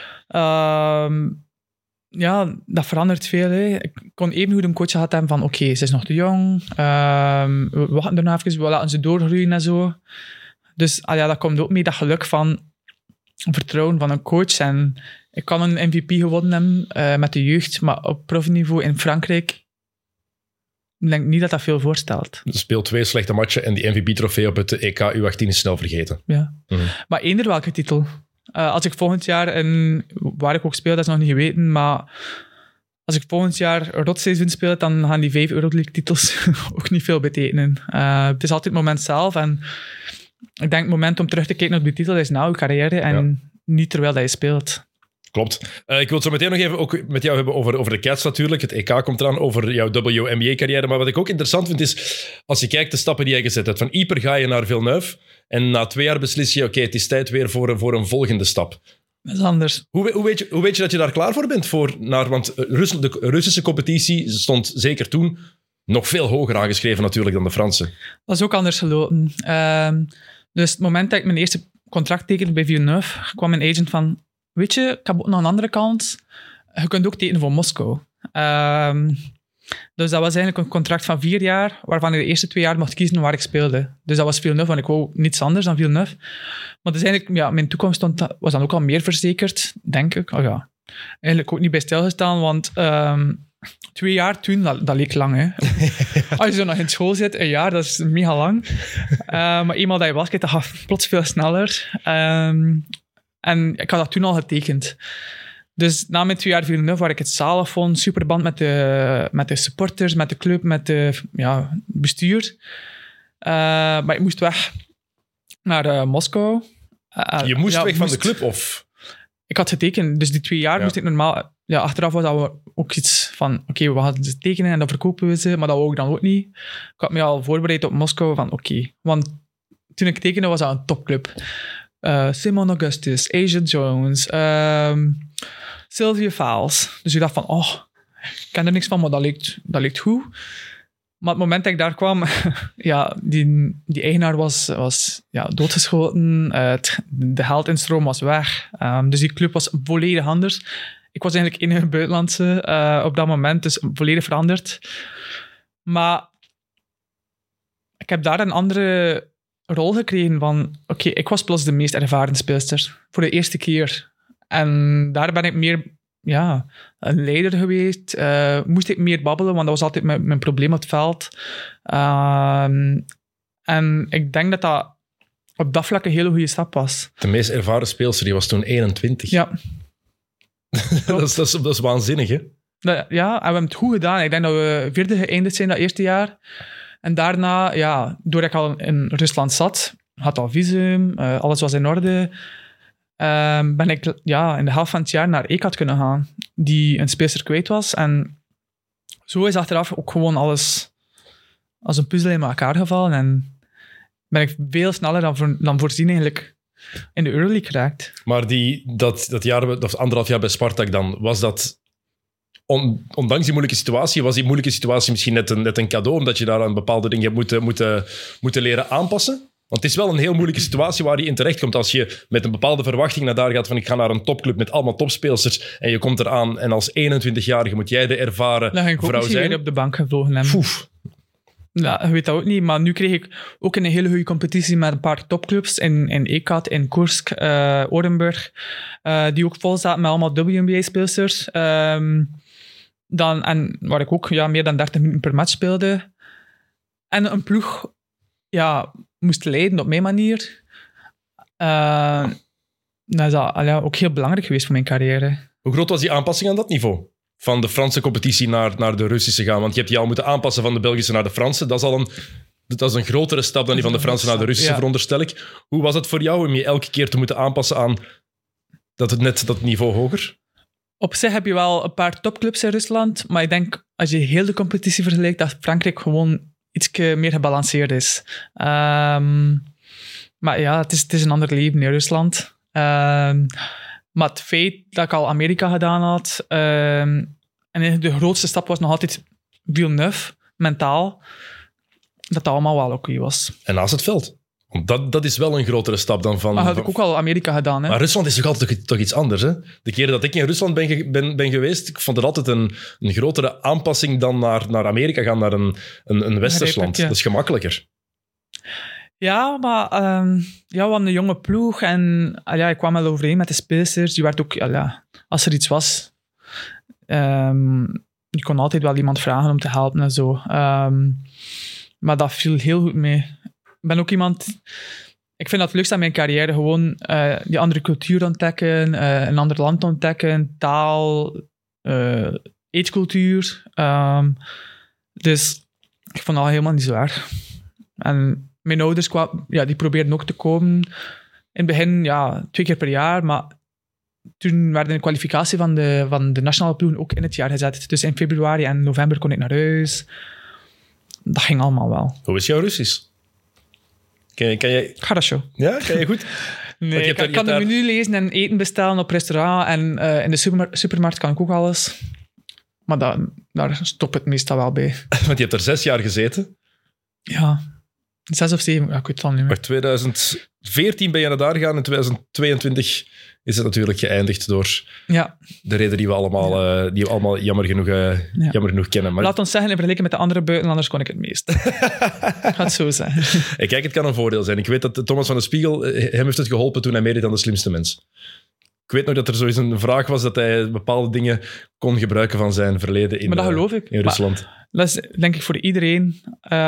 Ja, dat verandert veel. Hè. Ik kon even goed een coach gehad hebben van oké, ze is nog te jong. We wachten er nog even, we laten ze doorgroeien en zo. Dus dat komt ook mee, dat geluk van vertrouwen van een coach. En ik kan een MVP gewonnen hebben met de jeugd, maar op profniveau in Frankrijk ik denk niet dat dat veel voorstelt. Je speelt 2 slechte matchen en die MVP-trofee op het EK U18 is snel vergeten. Ja. Maar eender welke titel. Als ik volgend jaar, waar ik ook speel, dat is nog niet geweten, maar als ik volgend jaar rotseizoen speel, dan gaan die 5 Euroleague-titels ook niet veel betekenen. Het is altijd het moment zelf en ik denk het moment om terug te kijken op die titel is na je carrière en niet terwijl dat je speelt. Klopt. Ik wil het zo meteen nog even ook met jou hebben over de Cats natuurlijk. Het EK komt eraan, over jouw WNBA-carrière. Maar wat ik ook interessant vind is, als je kijkt de stappen die jij gezet hebt. Van Yper ga je naar Villeneuve en na 2 jaar beslis je, oké, het is tijd weer voor een volgende stap. Dat is anders. Hoe weet je dat je daar klaar voor bent? Want de Russische competitie stond zeker toen nog veel hoger aangeschreven natuurlijk dan de Franse. Dat is ook anders gelopen. Dus het moment dat ik mijn eerste contract tekende bij Villeneuve, kwam mijn agent van... Weet je, ik heb ook nog een andere kant. Je kunt ook tekenen voor Moskou. Dus dat was eigenlijk een contract van 4 jaar, waarvan ik de eerste 2 jaar mocht kiezen waar ik speelde. Dus dat was Villeneuve, want ik wou niets anders dan Villeneuve. Maar dus eigenlijk, mijn toekomst was dan ook al meer verzekerd, denk ik. Oh ja, eigenlijk ook niet bij stilgestaan, want 2 jaar toen, dat leek lang. Hè. Als je zo nog in school zit, 1 jaar, dat is mega lang. Maar eenmaal dat je basket, dat gaat plots veel sneller. En ik had dat toen al getekend. Dus na mijn 2 jaar Villeneuve, waar ik het zalig vond, superband met de supporters, met de club, met het bestuur. Maar ik moest weg naar Moskou. Je moest weg van de club, of? Ik had getekend, dus die 2 jaar moest ik normaal... Ja, achteraf was dat ook iets van, oké, we gaan ze tekenen en dan verkopen we ze, maar dat wou ik dan ook niet. Ik had me al voorbereid op Moskou van oké. Want toen ik tekende was dat een topclub. Simon Augustus, Asia Jones, Sylvia Fowles. Dus ik dacht van, ik ken er niks van, maar dat leek goed. Maar het moment dat ik daar kwam, die eigenaar was doodgeschoten. De geldinstroom was weg. Dus die club was volledig anders. Ik was eigenlijk enige buitenlandse op dat moment, dus volledig veranderd. Maar ik heb daar een andere rol gekregen van... Oké, ik was plots de meest ervaren speelster. Voor de eerste keer. En daar ben ik meer een leider geweest. Moest ik meer babbelen, want dat was altijd mijn probleem op het veld. En ik denk dat op dat vlak een hele goede stap was. De meest ervaren speelster, die was toen 21. Ja. dat is waanzinnig, hè? En we hebben het goed gedaan. Ik denk dat we 4e geëindigd zijn dat eerste jaar. En daarna, doordat ik al in Rusland zat, had al visum, alles was in orde, ben ik in de helft van het jaar naar ECAT kunnen gaan, die een speelster kwijt was. En zo is achteraf ook gewoon alles als een puzzel in elkaar gevallen. En ben ik veel sneller dan voorzien eigenlijk in de Euroleague geraakt. Maar dat jaar, of 1,5 jaar bij Spartak dan, was dat... Ondanks die moeilijke situatie, was die moeilijke situatie misschien net een cadeau, omdat je daar aan bepaalde dingen hebt moeten leren aanpassen? Want het is wel een heel moeilijke situatie waar je in terecht komt. Als je met een bepaalde verwachting naar daar gaat van ik ga naar een topclub met allemaal topspeelsters en je komt eraan en als 21-jarige moet jij de ervaren vrouw zijn. Dan ga ik ook weer op de bank gevlogen hebben. Ja, je weet dat ook niet, maar nu kreeg ik ook een hele goede competitie met een paar topclubs in ECAT, in Koersk, Orenburg, die ook vol zaten met allemaal WNBA-speelsters. En waar ik ook meer dan 30 minuten per match speelde. En een ploeg moest leiden op mijn manier. Dat is ook heel belangrijk geweest voor mijn carrière. Hoe groot was die aanpassing aan dat niveau? Van de Franse competitie naar de Russische gaan? Want je hebt die al moeten aanpassen van de Belgische naar de Franse. Dat is al Dat is een grotere stap dan die van de Fransen naar de Russische, veronderstel ik. Hoe was het voor jou om je elke keer te moeten aanpassen aan dat niveau hoger? Op zich heb je wel een paar topclubs in Rusland, maar ik denk, als je heel de competitie vergelijkt, dat Frankrijk gewoon iets meer gebalanceerd is. Maar ja, het is een ander leven in Rusland. Maar het feit dat ik al Amerika gedaan had, en de grootste stap was nog altijd Villeneuve, mentaal, dat allemaal wel oké was. En naast het veld? Want dat is wel een grotere stap dan van... Maar had ik ook al Amerika gedaan. Hè? Maar Rusland is toch altijd toch iets anders, hè? De keren dat ik in Rusland ben geweest, ik vond het altijd een grotere aanpassing dan naar Amerika gaan, naar een westers land. Ja. Dat is gemakkelijker. Ja, maar we hadden een jonge ploeg en ik kwam wel overeen met de speelsters. Die werd ook, als er iets was, je kon altijd wel iemand vragen om te helpen en zo. Maar dat viel heel goed mee. Ik ben ook iemand... Ik vind dat het leukste aan mijn carrière gewoon die andere cultuur ontdekken, een ander land ontdekken, taal, eetcultuur. Dus ik vond dat helemaal niet zo erg. En mijn ouders die probeerden ook te komen. In het begin 2 keer per jaar, maar toen werd de kwalificatie van de nationale ploeg ook in het jaar gezet. Dus in februari en november kon ik naar huis. Dat ging allemaal wel. Hoe is jouw Russisch? Kan je... Хорошо. Ja, kan je goed? Nee, ik kan de menu lezen en eten bestellen op restaurant. En in de supermarkt kan ik ook alles. Maar daar stopt het meestal wel bij. Want je hebt er 6 jaar gezeten. Ja, 6 of 7, ik weet het al niet meer. Maar 2014 ben je naar daar gegaan. In 2022 is het natuurlijk geëindigd door de reden die we allemaal jammer genoeg kennen. Maar... Laat ons zeggen, in vergelijking met de andere buitenlanders kon ik het meest. Ik ga het zo zeggen. Kijk, het kan een voordeel zijn. Ik weet dat Thomas van de Spiegel, hem heeft het geholpen toen hij meedeed aan De Slimste Mens. Ik weet nog dat er zoiets een vraag was dat hij bepaalde dingen kon gebruiken van zijn verleden in, maar dat geloof ik. in Rusland. Maar dat is denk ik voor iedereen.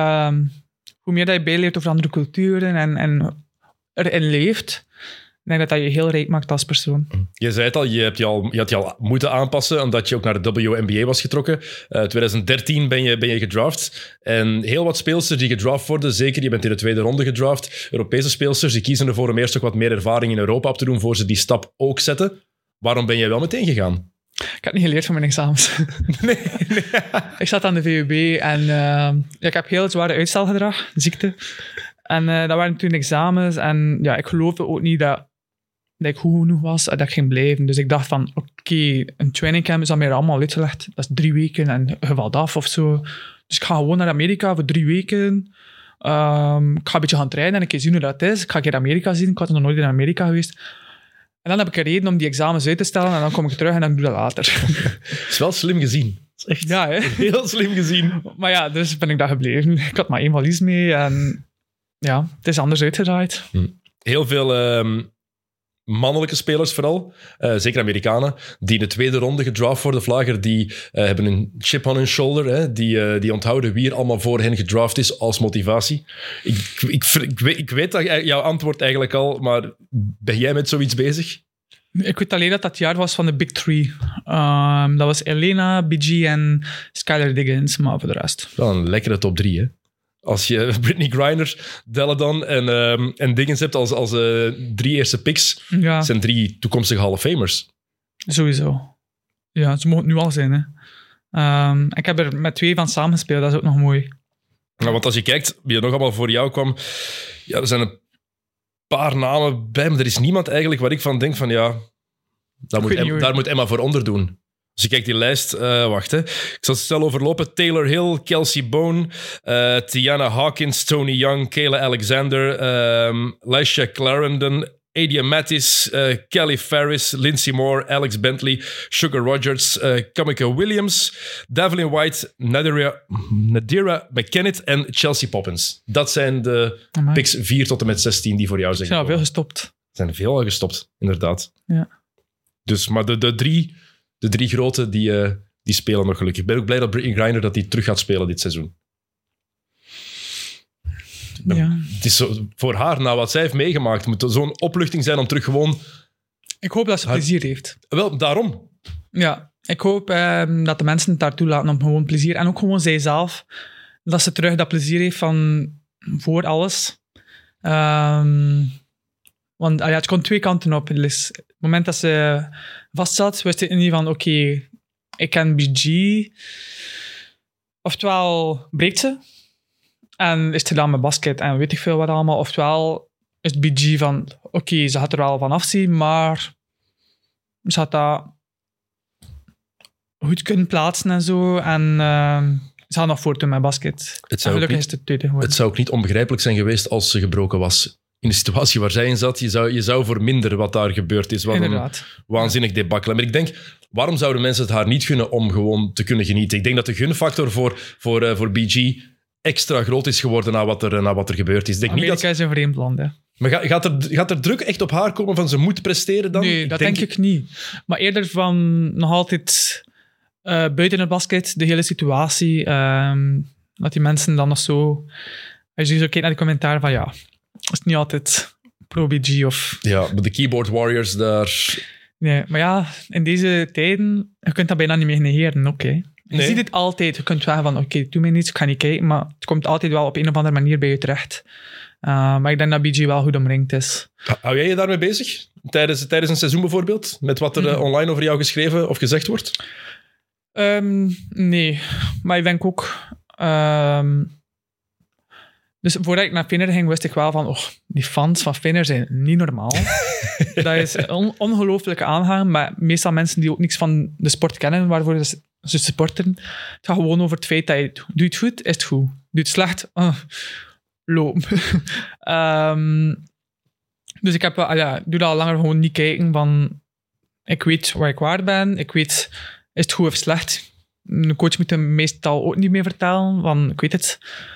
Hoe meer dat je bijleert over andere culturen en erin leeft, ik denk dat je heel rijk maakt als persoon. Je zei het al, je had je al moeten aanpassen, omdat je ook naar de WNBA was getrokken. 2013 ben je gedraft. En heel wat speelsters die gedraft worden, zeker, je bent in de 2e ronde gedraft. Europese speelsters, die kiezen ervoor om eerst ook wat meer ervaring in Europa op te doen, voor ze die stap ook zetten. Waarom ben jij wel meteen gegaan? Ik had niet geleerd van mijn examens. Nee. Ik zat aan de VUB en ik heb heel zware uitstelgedrag, ziekte. En dat waren toen examens. En ik geloofde ook niet dat ik goed genoeg was en dat ik ging blijven. Dus ik dacht van, oké, een trainingcamp is aan mij allemaal uitgelegd. Dat is 3 weken en je valt af of zo. Dus ik ga gewoon naar Amerika voor 3 weken. Ik ga een beetje gaan trainen en een keer zien hoe dat is. Ik ga een keer Amerika zien. Ik was nog nooit in Amerika geweest. En dan heb ik een reden om die examens uit te stellen en dan kom ik terug en dan doe ik dat later. Dat is wel slim gezien. Dat is echt heel slim gezien. Maar dus ben ik daar gebleven. Ik had maar 1 valies mee en het is anders uitgedraaid. Heel veel mannelijke spelers vooral, zeker Amerikanen, die in de 2e ronde gedraft worden, Vlager, die hebben een chip on hun shoulder, hè, die onthouden wie er allemaal voor hen gedraft is als motivatie. Ik weet dat jouw antwoord eigenlijk al, maar ben jij met zoiets bezig? Ik weet alleen dat het jaar was van de Big Three. Dat was Elena, BG en Skylar Diggins, maar voor de rest. Wel een lekkere top 3, hè? Als je Brittany Griner, Deladon en Diggins hebt als 3 eerste picks, zijn 3 toekomstige Hall of Famers. Sowieso. Ja, ze mogen het nu al zijn. Hè. Ik heb er met 2 van samengespeeld, dat is ook nog mooi. Nou, want als je kijkt wie er nog allemaal voor jou kwam, er zijn een paar namen bij, maar er is niemand eigenlijk waar ik van denk van daar moet Emma voor onderdoen. Als je kijkt die lijst, wacht, hè. Ik zal het snel overlopen. Taylor Hill, Kelsey Bone, Tiana Hawkins, Tony Young, Kayla Alexander, Laisha Clarendon, Adia Mattis, Kelly Farris, Lindsay Moore, Alex Bentley, Sugar Rogers, Kamika Williams, Devlin White, Nadira McKennitt en Chelsea Poppins. Dat zijn de picks 4 tot en met 16 die voor jou zijn. Er zijn al veel gestopt. Er zijn veel al gestopt, inderdaad. Ja. Dus, maar de drie grote, die spelen nog gelukkig. Ik ben ook blij dat Brittany Griner dat die terug gaat spelen dit seizoen. Ja. Het is zo, voor haar, na wat zij heeft meegemaakt, moet het zo'n opluchting zijn om terug gewoon... Ik hoop dat ze plezier heeft. Wel, daarom. Ja, ik hoop dat de mensen het daartoe laten om gewoon plezier. En ook gewoon zijzelf. Dat ze terug dat plezier heeft van voor alles. Want het kon twee kanten op. Dus op het moment dat ze vast zat, wist ik niet van, oké, ik ken BG. Oftewel breekt ze en is het gedaan met basket en weet ik veel wat allemaal. Oftewel is het BG van, oké, ze gaat er wel van afzien, maar ze had dat goed kunnen plaatsen en zo. En ze had nog voortdoen met basket. Gelukkig is het tweede geworden. Het zou ook niet onbegrijpelijk zijn geweest als ze gebroken was. In de situatie waar zij in zat, je zou verminderen wat daar gebeurd is. Wat Inderdaad. Een waanzinnig debakkelen. Maar ik denk, waarom zouden mensen het haar niet gunnen om gewoon te kunnen genieten? Ik denk dat de gunfactor voor BG extra groot is geworden na wat er gebeurd is. Amerika is een vreemd land, hè. Maar gaat er druk echt op haar komen van ze moet presteren dan? Nee, dat denk ik niet. Maar eerder van nog altijd buiten het basket, de hele situatie. Dat die mensen dan nog zo... Als je zo kijkt naar die commentaar van ja, is het niet altijd pro-BG of... Ja, de keyboard warriors daar... Nee, maar ja, in deze tijden, je kunt dat bijna niet meer negeren, oké. Je ziet het altijd. Je kunt zeggen van, oké, doe mij niets, ik ga niet kijken, maar het komt altijd wel op een of andere manier bij je terecht. Maar ik denk dat BG wel goed omringd is. Hou jij je daarmee bezig? Tijdens een seizoen bijvoorbeeld? Met wat er online over jou geschreven of gezegd wordt? Nee, maar ik denk ook... Dus voordat ik naar Fener ging, wist ik wel van... die fans van Fener zijn niet normaal. Dat is een ongelooflijke aanhang. Maar meestal mensen die ook niks van de sport kennen, waarvoor ze supporteren. Het gaat gewoon over het feit dat je... Doe je het goed, is het goed. Doe je het slecht, loop. Dus ik heb doe dat al langer gewoon niet kijken van... Ik weet waar ik waard ben. Ik weet, is het goed of slecht? Een coach moet hem meestal ook niet meer vertellen, want ik weet het...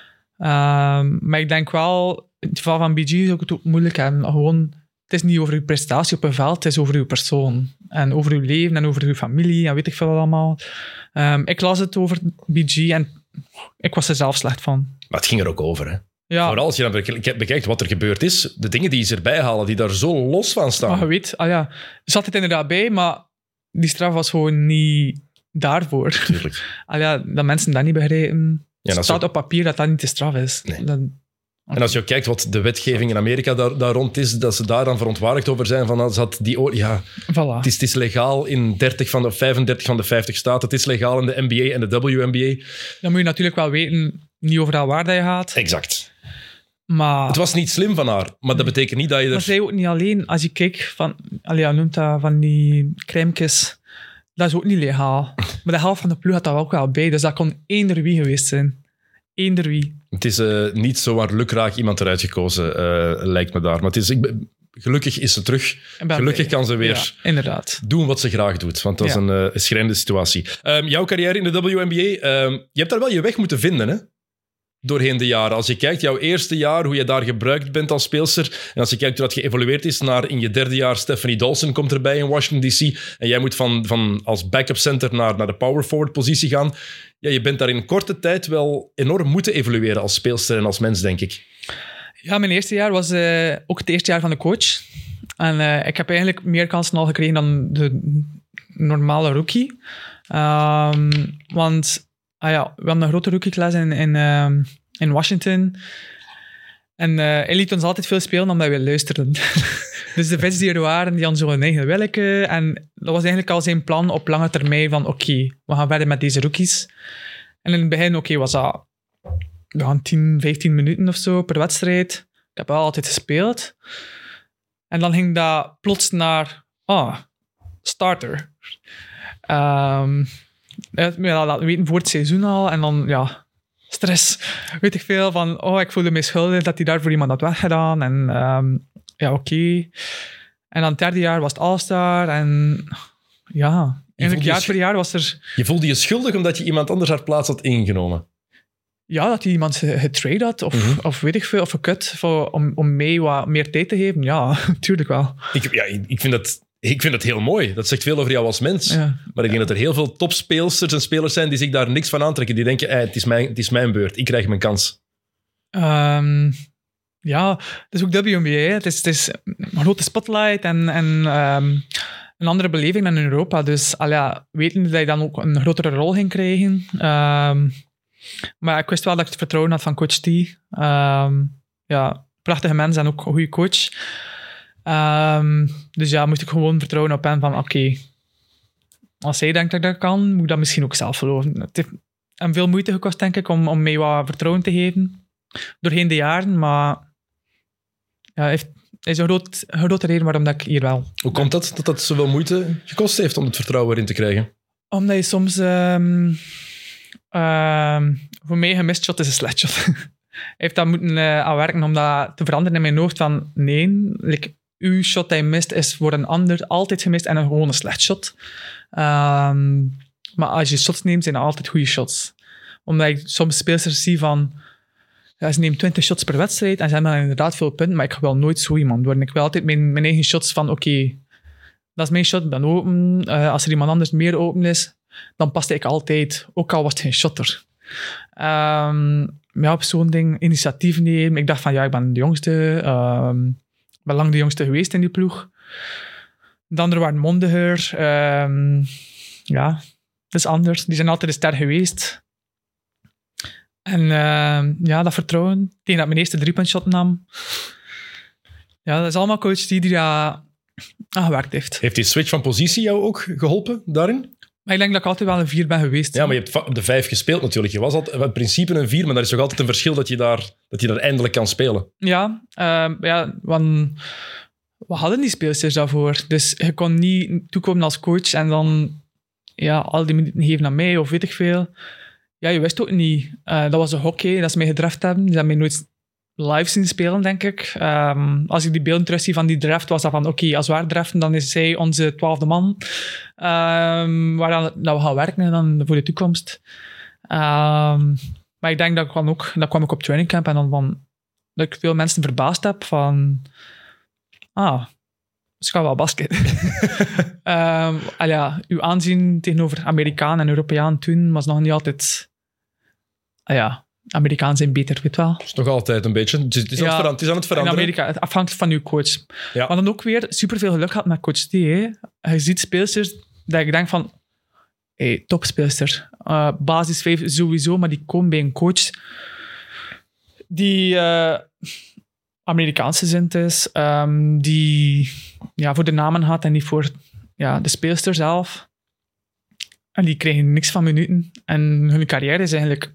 maar ik denk wel, in het geval van BG zou ik het ook moeilijk hebben. Gewoon, het is niet over uw prestatie op een veld, het is over uw persoon. En over uw leven en over uw familie en weet ik veel wat allemaal. Ik las het over BG en ik was er zelf slecht van. Maar het ging er ook over, hè? Ja. Vooral als je dan bekijkt wat er gebeurd is, de dingen die ze erbij halen, die daar zo los van staan. Maar je weet, zat het inderdaad bij, maar die straf was gewoon niet daarvoor. Tuurlijk. Dat mensen dat niet begrijpen... Ja, het staat op papier dat dat niet de straf is. Nee. En als je ook kijkt wat de wetgeving in Amerika daar rond is, dat ze daar dan verontwaardigd over zijn van voilà. Het is legaal in 35 van de 50 staten. Het is legaal in de NBA en de WNBA. Dan moet je natuurlijk wel weten, niet overal waar dat je gaat. Exact. Maar... Het was niet slim van haar, maar dat betekent niet dat je er... Maar zij ook niet alleen. Als je kijkt van... noemt dat van die crèmekes... Dat is ook niet legaal. Maar de helft van de ploeg had dat ook wel bij. Dus dat kon eender wie geweest zijn. Eender wie. Het is niet zomaar lukraak iemand eruit gekozen, lijkt me daar. Maar gelukkig is ze terug. Gelukkig kan ze weer doen wat ze graag doet. Want dat is een schrijnende situatie. Jouw carrière in de WNBA, je hebt daar wel je weg moeten vinden, hè? Doorheen de jaren. Als je kijkt, jouw eerste jaar, hoe je daar gebruikt bent als speelster, en als je kijkt hoe dat geëvolueerd is naar in je derde jaar, Stephanie Dawson komt erbij in Washington D.C. en jij moet van als backup center naar de power forward positie gaan. Ja, je bent daar in korte tijd wel enorm moeten evolueren als speelster en als mens, denk ik. Ja, mijn eerste jaar was ook het eerste jaar van de coach. En ik heb eigenlijk meer kansen al gekregen dan de normale rookie. Want... we hadden een grote rookieklas in Washington. En hij liet ons altijd veel spelen omdat we luisterden. Dus de vets die er waren, die hadden zo een eigen willeke. En dat was eigenlijk al zijn plan op lange termijn van oké, we gaan verder met deze rookies. En in het begin, was dat... We gaan 10, 15 minuten of zo per wedstrijd. Ik heb wel altijd gespeeld. En dan ging dat plots naar... starter. Laten weten voor het seizoen al. En dan, stress. Weet ik veel van, ik voelde me schuldig dat hij daar voor iemand had weggedaan. En oké. En dan het derde jaar was het All-Star. En eigenlijk jaar per jaar was er... Je voelde je schuldig omdat je iemand anders haar plaats had ingenomen? Ja, dat hij iemand getrade had. Of weet ik veel, of gekut. Om mij wat meer tijd te geven. Ja, natuurlijk wel. Ik vind dat heel mooi. Dat zegt veel over jou als mens. Ja. Maar ik denk dat er heel veel topspeelsters en spelers zijn die zich daar niks van aantrekken. Die denken, het is mijn beurt. Ik krijg mijn kans. Het is ook WNBA. Het is een grote spotlight en een andere beleving dan in Europa. Dus wetende dat je dan ook een grotere rol ging krijgen... Maar ik wist wel dat ik het vertrouwen had van coach T. Prachtige mens en ook een goede coach. Dus ja, moest ik gewoon vertrouwen op hem van oké, als hij denkt dat ik dat kan, moet ik dat misschien ook zelf geloven. Het heeft hem veel moeite gekost, denk ik, om mij wat vertrouwen te geven. Doorheen de jaren, maar ja, hij is een grote reden waarom dat ik hier wel... Hoe komt dat het zoveel moeite gekost heeft om het vertrouwen erin te krijgen? Omdat je soms... voor mij een mist shot is een slecht shot. Hij heeft daar moeten aan werken om dat te veranderen in mijn hoofd van nee, uw shot dat je mist is voor een ander altijd gemist en gewoon een slecht shot. Maar als je shots neemt, zijn dat altijd goede shots. Omdat ik soms speelsters zie van... Ja, ze nemen 20 shots per wedstrijd en ze hebben inderdaad veel punten, maar ik wil nooit zo iemand worden. Ik wil altijd mijn eigen shots van oké, dat is mijn shot, ik ben open. Als er iemand anders meer open is, dan paste ik altijd, ook al was het geen shotter. Op zo'n ding, initiatief nemen. Ik dacht van, ja, ik ben de jongste. Ik ben lang de jongste geweest in die ploeg. De anderen waren mondiger. Ja, dat is anders. Die zijn altijd de ster geweest. En dat vertrouwen, tegen dat mijn eerste 3-puntshot nam. Ja, dat is allemaal coach die daar aan gewerkt heeft. Heeft die switch van positie jou ook geholpen daarin? Maar ik denk dat ik altijd wel een 4 ben geweest. Ja, maar je hebt op de 5 gespeeld natuurlijk. Je was altijd in principe een 4, maar daar is toch altijd een verschil dat je daar eindelijk kan spelen. Ja, want we hadden die speelsters daarvoor. Dus je kon niet toekomen als coach en dan al die minuten geven aan mij of weet ik veel. Ja, je wist ook niet. Dat was een hockey dat ze mij gedraft hebben. Die hebben mij nooit live zien spelen, denk ik. Als ik die beelden terugzie van die draft, was dat van oké, als we haar draften, dan is zij onze 12e man. Waar dat we gaan werken dan voor de toekomst. Maar ik denk dat dat kwam ik op trainingcamp en dan dat ik veel mensen verbaasd heb van dus ik ga wel basket. Uw aanzien tegenover Amerikanen en Europeanen toen was nog niet altijd... Amerikanen zijn beter, weet wel. Dat is nog altijd een beetje. Het is aan het veranderen. In Amerika, het afhangt van uw coach. Ja. Maar dan ook weer superveel geluk gehad met coach T. Hè. Je ziet speelsters dat ik denk van... topspeelster. Basis 5 sowieso, maar die komen bij een coach die... Amerikaanse zint is, die voor de namen gaat en niet voor de speelster zelf. En die krijgen niks van minuten. En hun carrière is eigenlijk...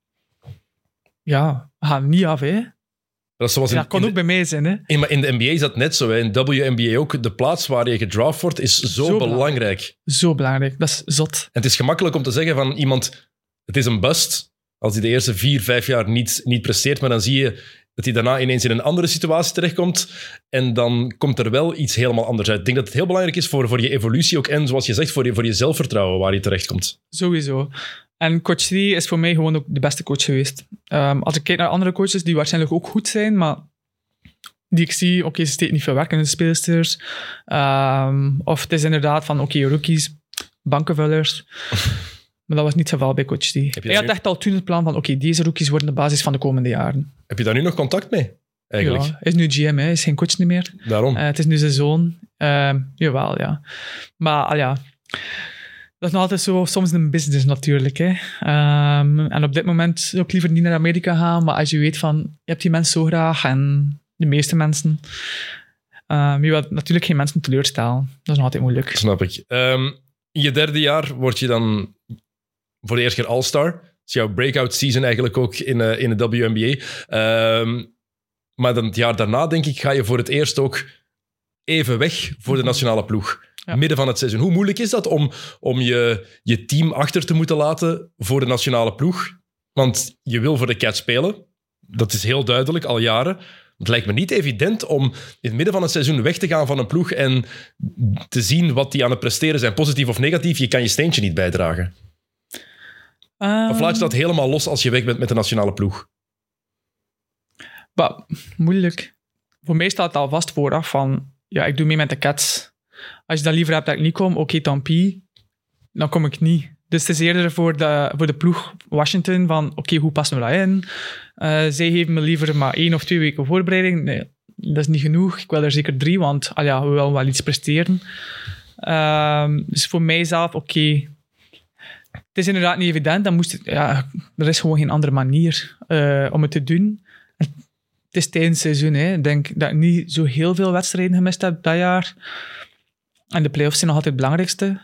gaat niet af, hè. Dat kon ook bij mij zijn, hè. Maar in de NBA is dat net zo, hè. In WNBA ook. De plaats waar je gedraft wordt is zo belangrijk. Zo belangrijk, dat is zot. En het is gemakkelijk om te zeggen van iemand... Het is een bust als hij de eerste 4-5 jaar niet presteert, maar dan zie je dat hij daarna ineens in een andere situatie terechtkomt en dan komt er wel iets helemaal anders uit. Ik denk dat het heel belangrijk is voor je evolutie ook en, zoals je zegt, voor je zelfvertrouwen waar je terechtkomt. Sowieso. En coach 3 is voor mij gewoon ook de beste coach geweest. Als ik kijk naar andere coaches die waarschijnlijk ook goed zijn, maar die ik zie, ze steken niet veel werk in de speelsters. Of het is inderdaad van, rookies, bankenvullers. Maar dat was niet het geval bij coach D. Hij had echt al toen het plan van, deze rookies worden de basis van de komende jaren. Heb je daar nu nog contact mee, eigenlijk? Ja, hij is nu GM, hij is geen coach niet meer. Daarom. Het is nu zijn zoon. Jawel, ja. Maar dat is nog altijd zo, soms een business natuurlijk. Hè. En op dit moment zou ik liever niet naar Amerika gaan, maar als je weet van, je hebt die mensen zo graag en de meeste mensen... je wilt natuurlijk geen mensen teleurstellen. Dat is nog altijd moeilijk. Snap ik. In je 3e jaar word je dan voor de eerste keer All-Star. Dat is jouw breakout season eigenlijk ook in de WNBA. Maar dan het jaar daarna, denk ik, ga je voor het eerst ook even weg voor de nationale ploeg. Ja. Midden van het seizoen. Hoe moeilijk is dat om je team achter te moeten laten voor de nationale ploeg? Want je wil voor de Cats spelen. Dat is heel duidelijk, al jaren. Het lijkt me niet evident om in het midden van het seizoen weg te gaan van een ploeg en te zien wat die aan het presteren zijn, positief of negatief. Je kan je steentje niet bijdragen. Of laat je dat helemaal los als je weg bent met de nationale ploeg? Moeilijk. Voor mij staat het al vast vooraf van, ik doe mee met de Cats. Als je dan liever hebt dat ik niet kom, tant pis. Dan kom ik niet. Dus het is eerder voor de ploeg Washington van, hoe passen we dat in? Zij geven me liever maar 1 of 2 weken voorbereiding. Nee, dat is niet genoeg. Ik wil er zeker 3, want we willen wel iets presteren. Dus voor mijzelf, Het is inderdaad niet evident. Er is gewoon geen andere manier om het te doen. En het is tijdens het seizoen. Hè. Ik denk dat ik niet zo heel veel wedstrijden gemist heb dat jaar. En de play-offs zijn nog altijd het belangrijkste.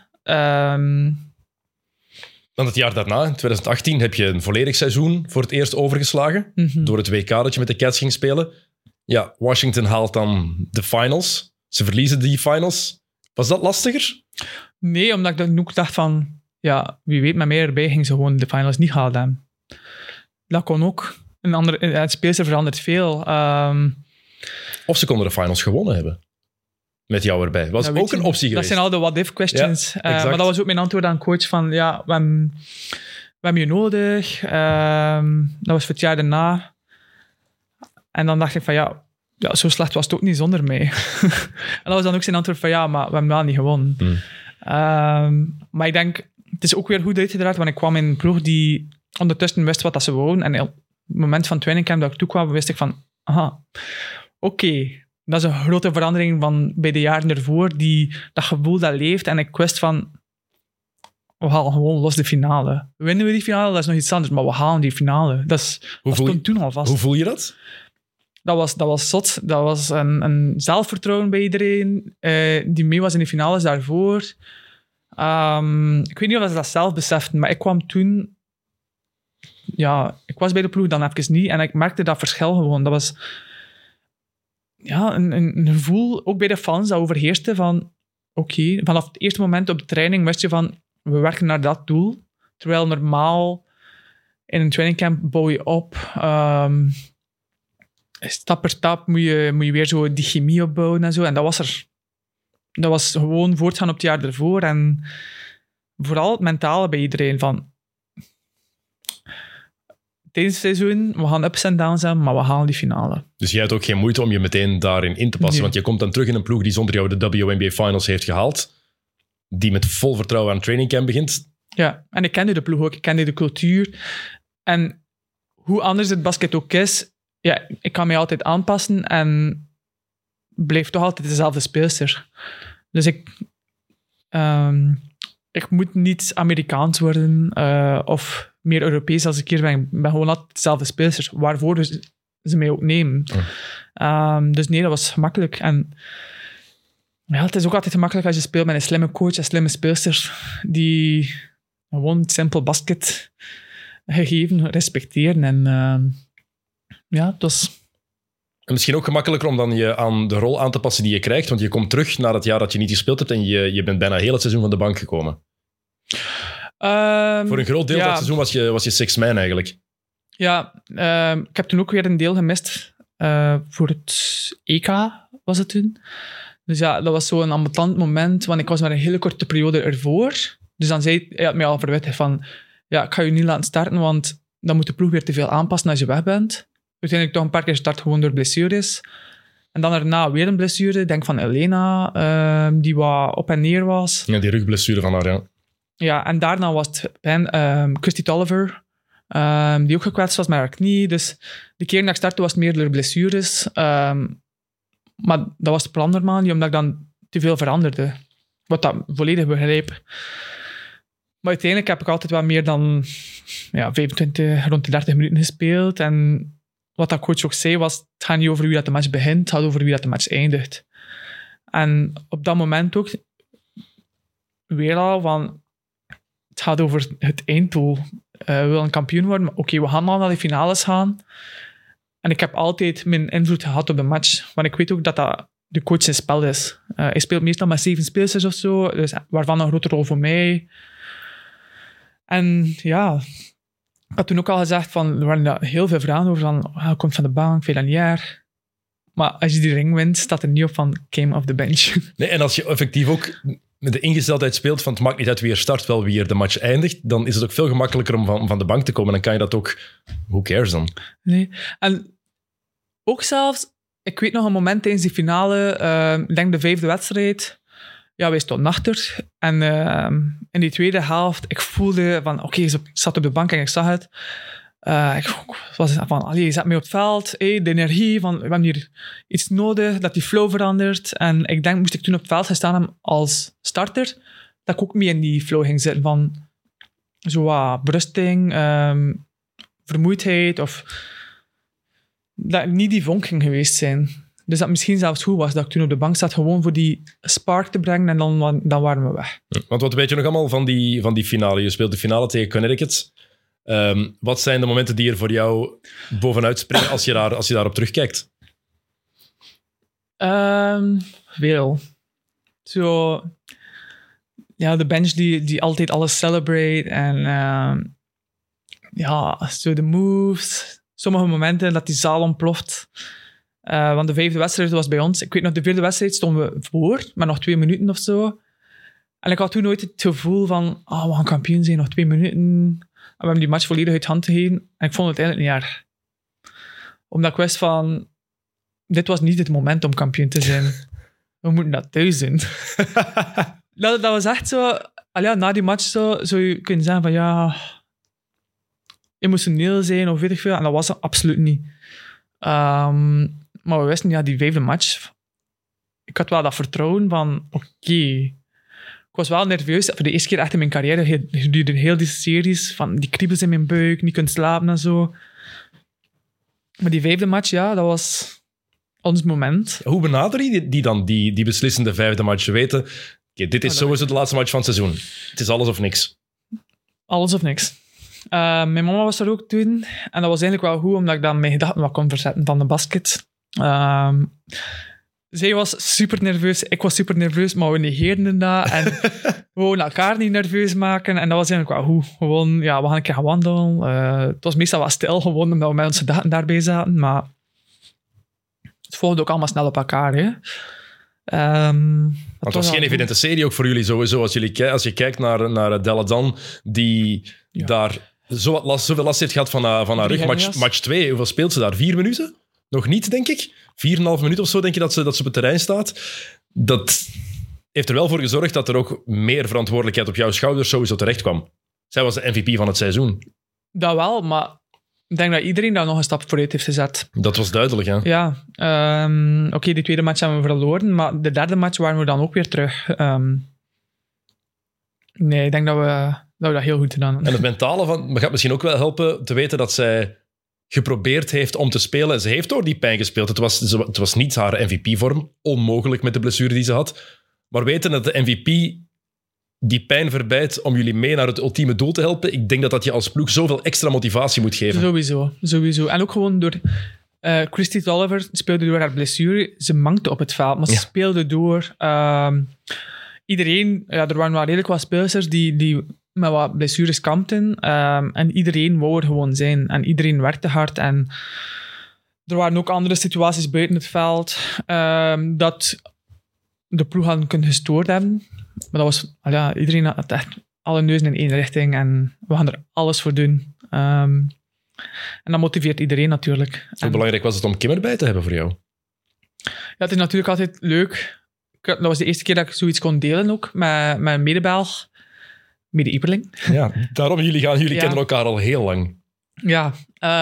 Dan het jaar daarna, in 2018, heb je een volledig seizoen voor het eerst overgeslagen. Door het WK dat je met de Cats ging spelen. Ja, Washington haalt dan de finals. Ze verliezen die finals. Was dat lastiger? Nee, omdat ik dan ook dacht van... Ja, wie weet, met mij erbij ging ze gewoon de finals niet halen. Dat kon ook. Het speelster verandert veel. Of ze konden de finals gewonnen hebben. Met jou erbij. Was ook een optie geweest. Dat zijn al de what-if questions. Ja, maar dat was ook mijn antwoord aan coach van... Ja, we hebben je nodig. Dat was voor het jaar daarna. En dan dacht ik van ja, zo slecht was het ook niet zonder mij. En dat was dan ook zijn antwoord van ja, maar we hebben wel niet gewonnen. Maar ik denk, het is ook weer goed uitgedraaid, want ik kwam in een ploeg die ondertussen wist wat dat ze wouden. En op het moment van training camp dat ik toekwam, wist ik van, oké, dat is een grote verandering van bij de jaren ervoor, dat gevoel dat leeft. En ik wist van, we halen gewoon los de finale. Winnen we die finale, dat is nog iets anders, maar we halen die finale. Dat stond toen al vast. Hoe voel je dat? Dat was zot. Dat was een zelfvertrouwen bij iedereen die mee was in de finales daarvoor. Ik weet niet of ze dat zelf beseften, maar ik kwam toen... Ja, ik was bij de ploeg dan even niet en ik merkte dat verschil gewoon. Dat was een gevoel, ook bij de fans, dat overheerste van... Oké, vanaf het eerste moment op de training wist je van... We werken naar dat doel. Terwijl normaal in een trainingcamp bouw je op... stap per stap moet je weer zo die chemie opbouwen en zo. En dat was er. Dat was gewoon voortgaan op het jaar ervoor. En vooral het mentale bij iedereen. Van, tijdens het seizoen, we gaan ups en downs hebben, maar we halen die finale. Dus jij had ook geen moeite om je meteen daarin in te passen. Nee. Want je komt dan terug in een ploeg die zonder jou de WNBA Finals heeft gehaald. Die met vol vertrouwen aan trainingcamp begint. Ja, en ik kende de ploeg ook. Ik kende de cultuur. En hoe anders het basket ook is... Ja, ik kan mij altijd aanpassen en blijf toch altijd dezelfde speelster. Dus ik moet niet Amerikaans worden of meer Europees als ik hier ben. Ik ben gewoon altijd dezelfde speelster, waarvoor ze mij ook nemen. Dus nee, dat was gemakkelijk. En ja, het is ook altijd gemakkelijk als je speelt met een slimme coach, een slimme speelster, die gewoon simpel basket gegeven respecteren. En ja, het was... En misschien ook gemakkelijker om dan je aan de rol aan te passen die je krijgt, want je komt terug na het jaar dat je niet gespeeld hebt en je bent bijna heel het seizoen van de bank gekomen. Voor een groot deel van het seizoen was je sixth man eigenlijk. Ja, ik heb toen ook weer een deel gemist voor het EK, was het toen. Dus ja, dat was zo'n ambetant moment, want ik was maar een hele korte periode ervoor. Dus dan hij had mij al verwittigd van, ja, ik ga je niet laten starten, want dan moet de ploeg weer te veel aanpassen als je weg bent. Uiteindelijk toch een paar keer start gewoon door blessures. En dan daarna weer een blessure. Denk van Elena, die wat op en neer was. Ja, die rugblessure van haar, ja. Ja, en daarna was het Christy Tolliver, die ook gekwetst was met haar knie. Dus de keer dat ik startte was het meer door blessures. Maar dat was het plan normaal niet, omdat ik dan te veel veranderde. Wat dat volledig begreep. Maar uiteindelijk heb ik altijd wel meer dan 25, rond de 30 minuten gespeeld. En wat dat coach ook zei was, het gaat niet over wie dat de match begint, het gaat over wie dat de match eindigt. En op dat moment ook weer al van, het gaat over het einddoel. We willen kampioen worden, oké, we gaan al naar de finales gaan. En ik heb altijd mijn invloed gehad op de match. Want ik weet ook dat de coach zijn spel is. Hij speelt meestal met 7 speelsters of zo, dus waarvan een grote rol voor mij. En ja, ik had toen ook al gezegd van, er waren heel veel vragen over van, hij komt van de bank, veel aan jaar. Maar als je die ring wint, staat er niet op van came off the bench. Nee, en als je effectief ook met de ingesteldheid speelt van het maakt niet uit wie er start, wel wie er de match eindigt, dan is het ook veel gemakkelijker om van de bank te komen. Dan kan je dat ook... Who cares dan? Nee. En ook zelfs, ik weet nog een moment tijdens die finale, ik denk de 5e wedstrijd... Ja, wij stonden achter. En in die tweede helft, ik voelde van... Oké, ze zat op de bank en ik zag het. Ik was van, je zet mij op het veld. De energie van, we hebben hier iets nodig, dat die flow verandert. En ik denk, moest ik toen op het veld gestaan hebben als starter, dat ik ook mee in die flow ging zitten van... zo wat berusting, vermoeidheid of dat niet die vonk ging geweest zijn. Dus dat misschien zelfs goed was dat ik toen op de bank zat, gewoon voor die spark te brengen en dan waren we weg. Want wat weet je nog allemaal van die finale? Je speelt de finale tegen Connecticut. Wat zijn de momenten die er voor jou bovenuit springen als je daarop terugkijkt? Veel. Zo... Ja, de bench die altijd alles celebrate en zo de moves. Sommige momenten dat die zaal ontploft. Want de 5e wedstrijd was bij ons. Ik weet nog, de 4e wedstrijd stonden we voor, maar nog 2 minuten of zo. En ik had toen nooit het gevoel van, we gaan kampioen zijn, nog 2 minuten. En we hebben die match volledig uit hand gegeven. En ik vond het eigenlijk niet erg. Omdat ik wist van, dit was niet het moment om kampioen te zijn. We moeten dat thuis doen. Dat was echt zo... na die match zou je kunnen zeggen van ja... emotioneel zijn of weet ik veel. En dat was het absoluut niet. Maar we wisten, die 5e match... Ik had wel dat vertrouwen van... Oké. Ik was wel nerveus. Voor de eerste keer echt in mijn carrière gedurende heel die series. Van die kriebels in mijn buik, niet kunnen slapen en zo. Maar die 5e match, dat was ons moment. Hoe benader je die dan, die beslissende 5e match? Weten... dit is sowieso de laatste match van het seizoen. Het is alles of niks. Alles of niks. Mijn mama was er ook toen. En dat was eigenlijk wel goed, omdat ik dan mijn gedachten wat kon verzetten van de basket. Zij was super nerveus, ik was super nerveus, maar we negeerden dat. En we wouden elkaar niet nerveus maken. En dat was eigenlijk wel goed. Gewoon, we gaan een keer gaan wandelen. Het was meestal wat stil, gewoon omdat we met onze gedachten daarbij zaten. Maar het volgde ook allemaal snel op elkaar, hè. Want het was geen evidente serie ook voor jullie sowieso. Als je kijkt naar Delle Dan, die daar zoveel last heeft gehad van haar rug. Match 2, hoeveel speelt ze daar? 4 minuten? Nog niet, denk ik. 4,5 minuten of zo, denk je, dat ze op het terrein staat. Dat heeft er wel voor gezorgd dat er ook meer verantwoordelijkheid op jouw schouders sowieso terecht kwam. Zij was de MVP van het seizoen. Dat wel, maar ik denk dat iedereen daar nog een stap vooruit heeft gezet. Dat was duidelijk, hè? Ja. Oké, die 2e match hebben we verloren, maar de 3e match waren we dan ook weer terug. Nee, ik denk dat we dat heel goed gedaan hebben. En het mentale gaat misschien ook wel helpen te weten dat zij geprobeerd heeft om te spelen. En ze heeft door die pijn gespeeld. Het was niet haar MVP-vorm. Onmogelijk met de blessure die ze had. Maar weten dat de MVP die pijn verbijt om jullie mee naar het ultieme doel te helpen, ik denk dat je als ploeg zoveel extra motivatie moet geven. Sowieso. En ook gewoon door... Christy Tolliver speelde door haar blessure. Ze mankte op het veld, maar ze speelde door. Iedereen... er waren wel redelijk wat spelers die met wat blessures kampten. En iedereen wou er gewoon zijn. En iedereen werkte hard. En er waren ook andere situaties buiten het veld dat de ploeg hadden kunnen gestoord hebben. Maar dat was... iedereen had echt alle neuzen in één richting. En we gaan er alles voor doen. En dat motiveert iedereen natuurlijk. Hoe belangrijk was het om Kim erbij te hebben voor jou? Ja, het is natuurlijk altijd leuk. Dat was de eerste keer dat ik zoiets kon delen ook met mijn medebelg. Mede-Iperling. Ja, daarom, jullie kennen elkaar al heel lang. Ja.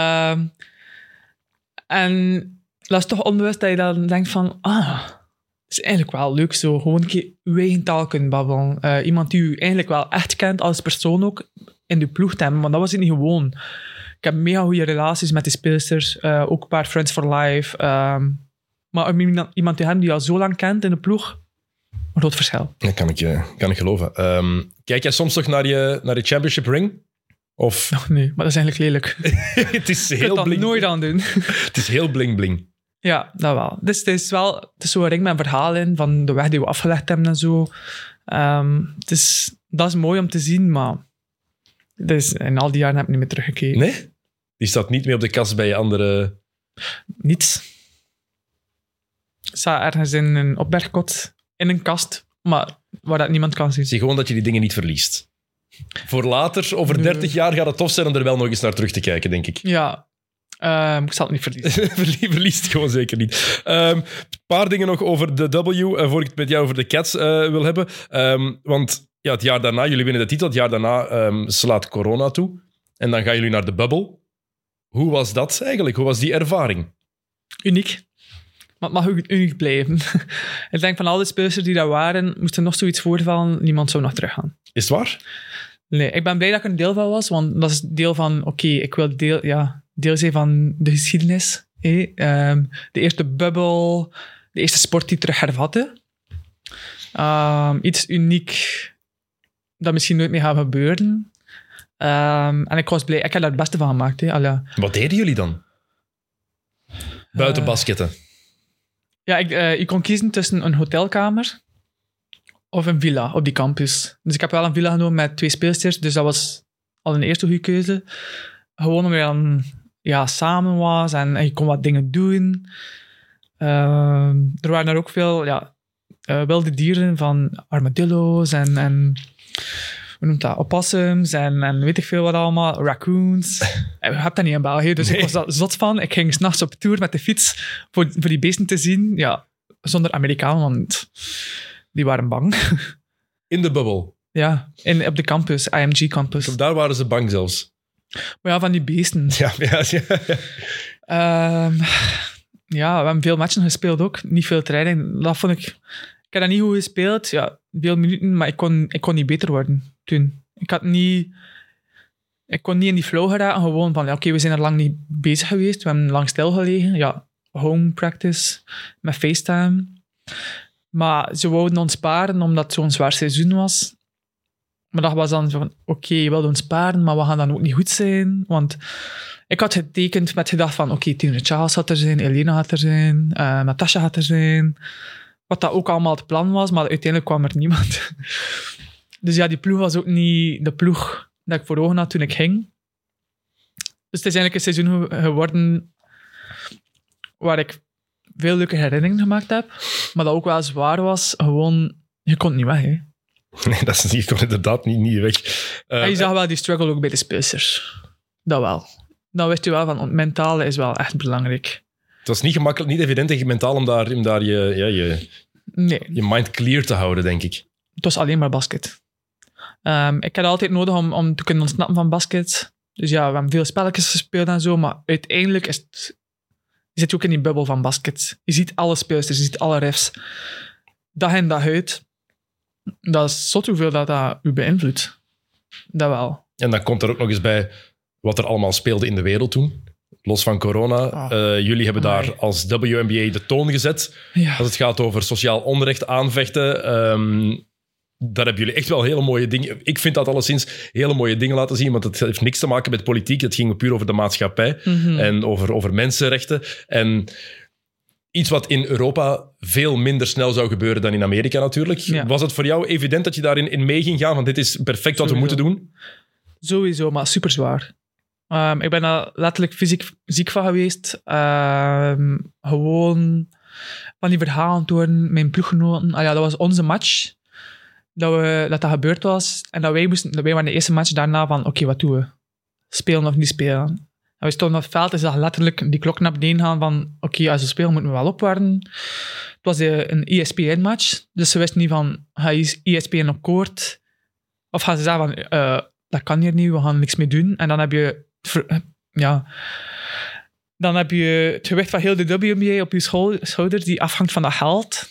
En dat is toch onbewust dat je dan denkt van... het is eigenlijk wel leuk zo. Gewoon een keer uw eigen taal kunnen babbelen. Iemand die u eigenlijk wel echt kent als persoon ook in de ploeg te hebben. Want dat was het niet gewoon. Ik heb mega goede relaties met die speelsters. Ook een paar friends for life. Maar om iemand te hebben die je al zo lang kent in de ploeg... Een groot verschil. Dat kan ik geloven. Kijk jij soms nog naar je championship ring? Of... Oh, nee, maar dat is eigenlijk lelijk. Het is heel bling. Ik kan bling. dat nooit aan doen. Het is heel bling-bling. Ja, dat wel. Dus het is zo'n ring met een verhaal in van de weg die we afgelegd hebben en zo. Dat is mooi om te zien, maar dus in al die jaren heb ik niet meer teruggekeken. Nee? Die staat niet meer op de kast bij je andere... Niets. Het staat ergens in een opbergkot, in een kast, maar waar dat niemand kan zien. Zie gewoon dat je die dingen niet verliest. Voor later, over 30 jaar, gaat het tof zijn om er wel nog eens naar terug te kijken, denk ik. Ja. Ik zal het niet verliezen. Verliest gewoon zeker niet. Een paar dingen nog over de W, voor ik het met jou over de Cats wil hebben. Want het jaar daarna, jullie winnen de titel, het jaar daarna slaat corona toe. En dan gaan jullie naar de bubble. Hoe was dat eigenlijk? Hoe was die ervaring? Uniek. Maar het mag ook uniek blijven. Ik denk van al die spelers die daar waren, moest er nog zoiets voorvallen, niemand zou nog teruggaan. Is het waar? Nee, ik ben blij dat ik er een deel van was, want dat is deel van... Oké, ik wil deel zijn van de geschiedenis. De eerste bubbel, de eerste sport die terug hervatte. Iets uniek dat misschien nooit meer gaat gebeuren. En ik was blij. Ik heb daar het beste van gemaakt. Wat deden jullie dan? Buiten basketten? Ja, ik kon kiezen tussen een hotelkamer of een villa op die campus. Dus ik heb wel een villa genomen met 2 speelsters, dus dat was al een eerste goede keuze. Gewoon omdat je dan samen was en je kon wat dingen doen. Er waren er ook veel wilde dieren van armadillo's en hoe noemt dat? Opossums en weet ik veel wat allemaal. Raccoons. Je hebt dat niet in België, dus ik was daar zot van. Ik ging 's nachts op tour met de fiets voor die beesten te zien. Ja, zonder Amerikanen, want die waren bang. In de bubbel? Ja, op de campus, IMG campus. Daar waren ze bang zelfs. Maar ja, van die beesten. Ja. We hebben veel matchen gespeeld ook. Niet veel training. Dat vond ik... Ik heb dat niet goed gespeeld. Ja, veel minuten, maar ik kon niet beter worden toen. Ik kon niet in die flow geraken. Gewoon van, oké, we zijn er lang niet bezig geweest. We hebben lang stilgelegen. Ja, home practice met FaceTime. Maar ze wouden ons sparen omdat het zo'n zwaar seizoen was. Maar dat was dan van, oké, je wilde ons sparen, maar we gaan dan ook niet goed zijn. Want ik had getekend met gedacht van, oké, Tina Charles gaat er zijn, Elena gaat er zijn, Natasha gaat er zijn. Wat dat ook allemaal het plan was, maar uiteindelijk kwam er niemand. Dus ja, die ploeg was ook niet de ploeg dat ik voor ogen had toen ik ging. Dus het is eigenlijk een seizoen geworden waar ik veel leuke herinneringen gemaakt heb, maar dat ook wel zwaar was. Gewoon, je kon niet weg, hè. Nee, je kon inderdaad niet weg. En je zag wel die struggle ook bij de spelers. Dat wel. Dan wist je wel van, het mentale is wel echt belangrijk. Het was niet gemakkelijk, niet evident en mentaal om daar je mind clear te houden, denk ik. Het was alleen maar basket. Ik had altijd nodig om te kunnen ontsnappen van basket. Dus ja, we hebben veel spelletjes gespeeld en zo, maar uiteindelijk zit je ook in die bubbel van basket. Je ziet alle spelers, je ziet alle refs. Dag in dag uit. Dat is zot hoeveel dat u beïnvloedt. Dat wel. En dan komt er ook nog eens bij wat er allemaal speelde in de wereld toen. Los van corona. Jullie hebben daar als WNBA de toon gezet. Ja. Als het gaat over sociaal onrecht aanvechten. Daar hebben jullie echt wel hele mooie dingen... Ik vind dat alleszins hele mooie dingen laten zien, want het heeft niks te maken met politiek. Het ging puur over de maatschappij en over mensenrechten. En iets wat in Europa veel minder snel zou gebeuren dan in Amerika natuurlijk. Ja. Was het voor jou evident dat je daarin mee ging gaan? Want dit is perfect wat we moeten doen. Sowieso, maar super zwaar. Ik ben daar letterlijk fysiek ziek van geweest. Gewoon van die verhalen door mijn ploeggenoten. Dat was onze match. Dat gebeurd was. En dat wij waren de eerste match daarna van, oké, wat doen we? Spelen of niet spelen? En we stonden op het veld en zag letterlijk die klok naar beneden gaan van, oké, als we spelen moeten we wel opwarmen. Het was een ESPN-match. Dus ze wisten niet van, ga je ESPN op koord? Of gaan ze zeggen van, dat kan hier niet, we gaan niks mee doen. En dan heb je... Dan heb je het gewicht van heel de WNBA op je schouders die afhangt van dat geld.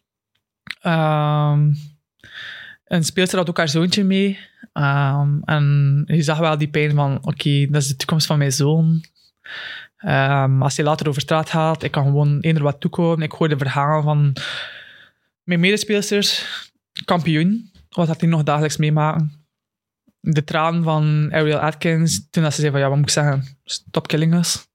Een speelster had ook haar zoontje mee. En je zag wel die pijn van, oké, dat is de toekomst van mijn zoon. Als hij later over straat gaat, ik kan gewoon eender wat toekomen. Ik hoor de verhalen van mijn medespeelsters, kampioen, wat dat die nog dagelijks meemaken. De tranen van Ariel Atkins, toen ze zei van, ja, wat moet ik zeggen? Stop killing us.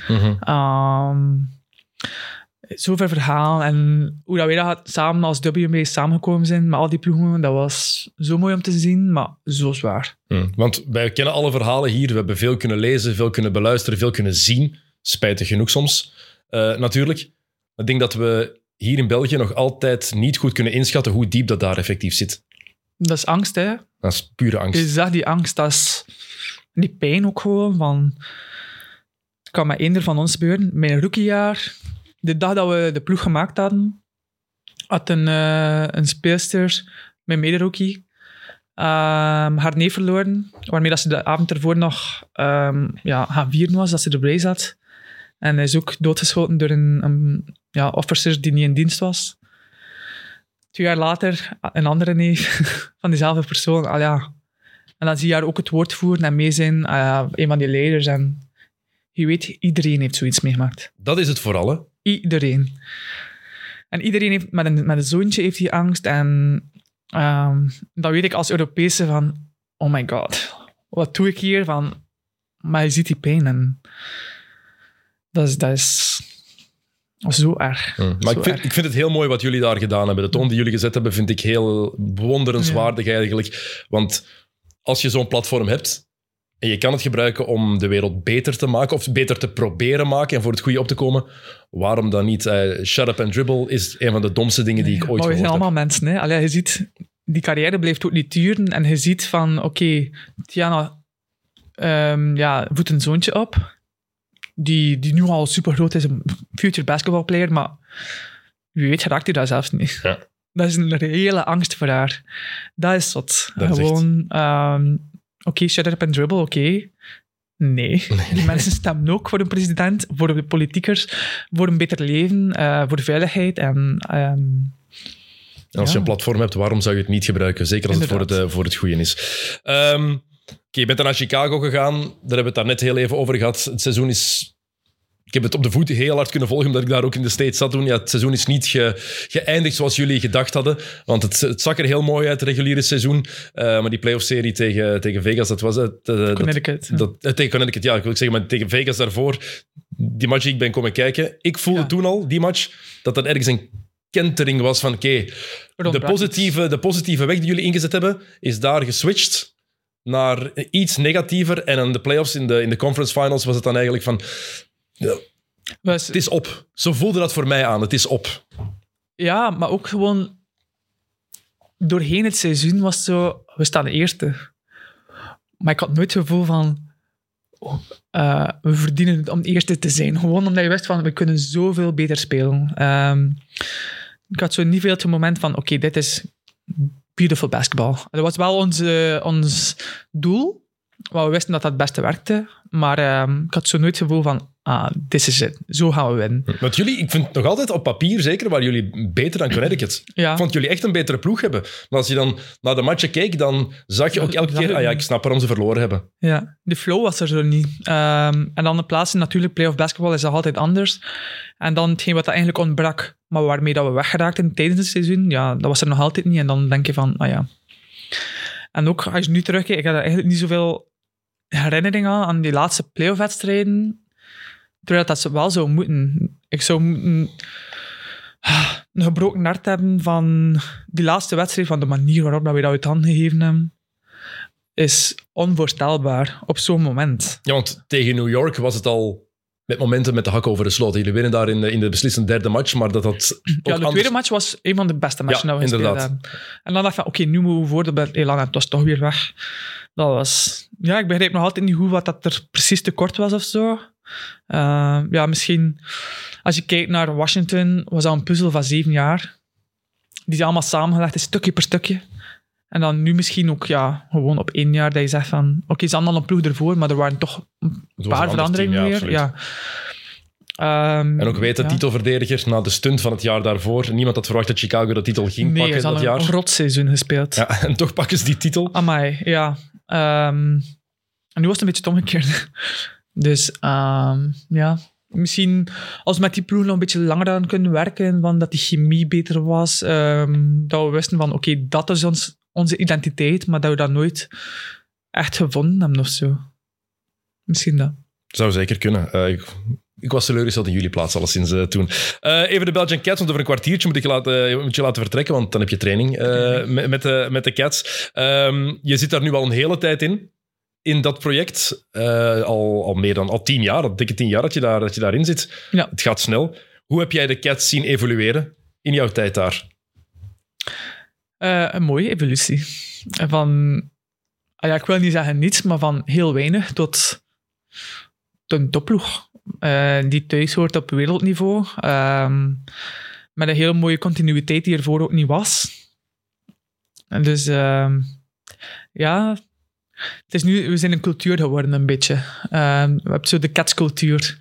Zoveel verhaal en hoe dat wij dat samen als WNBA samengekomen zijn met al die ploegen, dat was zo mooi om te zien, maar zo zwaar. Want wij kennen alle verhalen hier, we hebben veel kunnen lezen, veel kunnen beluisteren, veel kunnen zien. Spijtig genoeg soms, natuurlijk. Ik denk dat we hier in België nog altijd niet goed kunnen inschatten hoe diep dat daar effectief zit. Dat is angst, hè? Dat is pure angst. Je zegt die angst, dat is die pijn ook gewoon van... Het kan met eender van ons gebeuren. Mijn rookiejaar, de dag dat we de ploeg gemaakt hadden, had een speelster, mijn mederookie, haar neef verloren, waarmee dat ze de avond ervoor nog gaan vieren was, dat ze erbij zat. En hij is ook doodgeschoten door een officer die niet in dienst was. 2 jaar later, een andere neef van diezelfde persoon. En dan zie je haar ook het woord voeren en mee zijn, een van die leiders. En je weet, iedereen heeft zoiets meegemaakt. Dat is het vooral, hè? Iedereen. En iedereen heeft, met een zoontje heeft die angst. En dan weet ik als Europese van, oh my god, wat doe ik hier? Maar je ziet die pijn en dat is zo erg. Maar ik vind het heel mooi wat jullie daar gedaan hebben. De toon die jullie gezet hebben vind ik heel bewonderenswaardig eigenlijk. Want als je zo'n platform hebt en je kan het gebruiken om de wereld beter te maken of beter te proberen maken en voor het goede op te komen, waarom dan niet? Shut up and dribble is een van de domste dingen die ik ooit gehoord heb. We zijn allemaal mensen. Hè? Allee, je ziet, die carrière blijft ook niet duren en je ziet van, oké, Tiana voedt een zoontje op die nu al super groot is, een future basketballplayer, maar wie weet raakt hij dat zelfs niet. Ja. Dat is een reële angst voor haar. Dat is zot. Gewoon, shut up and dribble, oké. Nee. Die mensen stemmen ook voor een president, voor de politiekers, voor een beter leven, voor veiligheid. En als je een platform hebt, waarom zou je het niet gebruiken? Zeker als het voor het goede is. Je bent dan naar Chicago gegaan. Daar hebben we het daar net heel even over gehad. Het seizoen is... Ik heb het op de voet heel hard kunnen volgen, omdat ik daar ook in de States zat toen. Ja, het seizoen is niet geëindigd zoals jullie gedacht hadden. Want het zag er heel mooi uit, het reguliere seizoen. Maar die playoff-serie tegen Vegas, dat was het. Connecticut. Tegen Connecticut, ja. Ik wil zeggen, maar tegen Vegas daarvoor, die match die ik ben komen kijken. Ik voelde toen al, die match, dat ergens een kentering was van de positieve weg die jullie ingezet hebben, is daar geswitcht naar iets negatiever. En aan de playoffs in de conference finals was het dan eigenlijk van... Ja, het is op. Zo voelde dat voor mij aan. Het is op. Ja, maar ook gewoon... Doorheen het seizoen was het zo... We staan eerste. Maar ik had nooit het gevoel van... we verdienen het om eerste te zijn. Gewoon omdat je wist van... We kunnen zoveel beter spelen. Ik had zo niet veel het moment van... Oké, dit is beautiful basketball. Dat was wel ons doel. Maar we wisten dat dat het beste werkte. Maar ik had zo nooit het gevoel van... this is it. Zo gaan we winnen. Want jullie, ik vind nog altijd op papier, zeker, waren jullie beter dan Connecticut. Ja. Ik vond jullie echt een betere ploeg hebben. Maar als je dan naar de matchen keek, dan zag je ook elke keer... ik snap waarom ze verloren hebben. Ja, de flow was er zo niet. En dan de plaatsen, natuurlijk, playoff basketball is nog altijd anders. En dan hetgeen wat eigenlijk ontbrak, maar waarmee dat we weggeraakten tijdens het seizoen, ja, dat was er nog altijd niet. En dan denk je van, ja... En ook, als je nu terugkijkt, ik had eigenlijk niet zoveel herinneringen aan die laatste playoff-wedstrijden. Terwijl dat wel zou moeten. Ik zou moeten een gebroken hart hebben van die laatste wedstrijd, van de manier waarop we dat uit handen gegeven hebben, is onvoorstelbaar op zo'n moment. Ja, want tegen New York was het al met momenten met de hak over de sloot. Jullie winnen daar in de beslissende derde match, maar dat ja, de tweede match was een van de beste matchen dat we gespeeld hebben. En dan dacht ik van, oké, nu moeten we voor de heel lang en het was toch weer weg. Dat was... Ja, ik begrijp nog altijd niet goed wat dat er precies tekort was of zo. Misschien als je kijkt naar Washington, was dat een puzzel van 7 jaar. Die is allemaal samengelegd is, stukje per stukje. En dan nu misschien ook gewoon op 1 jaar dat je zegt van... Oké, ze hadden al een ploeg ervoor, maar er waren toch een paar veranderingen meer. Ja. En ook weten, titelverdediger na de stunt van het jaar daarvoor. Niemand had verwacht dat Chicago de titel ging pakken dat jaar. Nee, ze hadden een rotseizoen gespeeld. Ja, en toch pakken ze die titel. Amai, ja. En nu was het een beetje het omgekeerde. Dus misschien als we met die ploeg nog een beetje langer aan kunnen werken, van dat die chemie beter was, dat we wisten van oké, dat is onze identiteit, maar dat we dat nooit echt gevonden hebben of zo. Misschien dat. Zou zeker kunnen. Ik was teleurgesteld in jullie plaats alleszins toen. Even de Belgian Cats, want over een kwartiertje moet je laten vertrekken, want dan heb je training met de Cats. Je zit daar nu al een hele tijd in dat project. Al meer dan al 10 jaar, dikke 10 jaar dat je daarin zit. Ja. Het gaat snel. Hoe heb jij de Cats zien evolueren in jouw tijd daar? Een mooie evolutie. Van, ik wil niet zeggen niets, maar van heel weinig tot een topploeg. Die thuis hoort op wereldniveau. Met een heel mooie continuïteit die ervoor ook niet was. En dus, het is nu, we zijn een cultuur geworden, een beetje. We hebben zo de Cats-cultuur.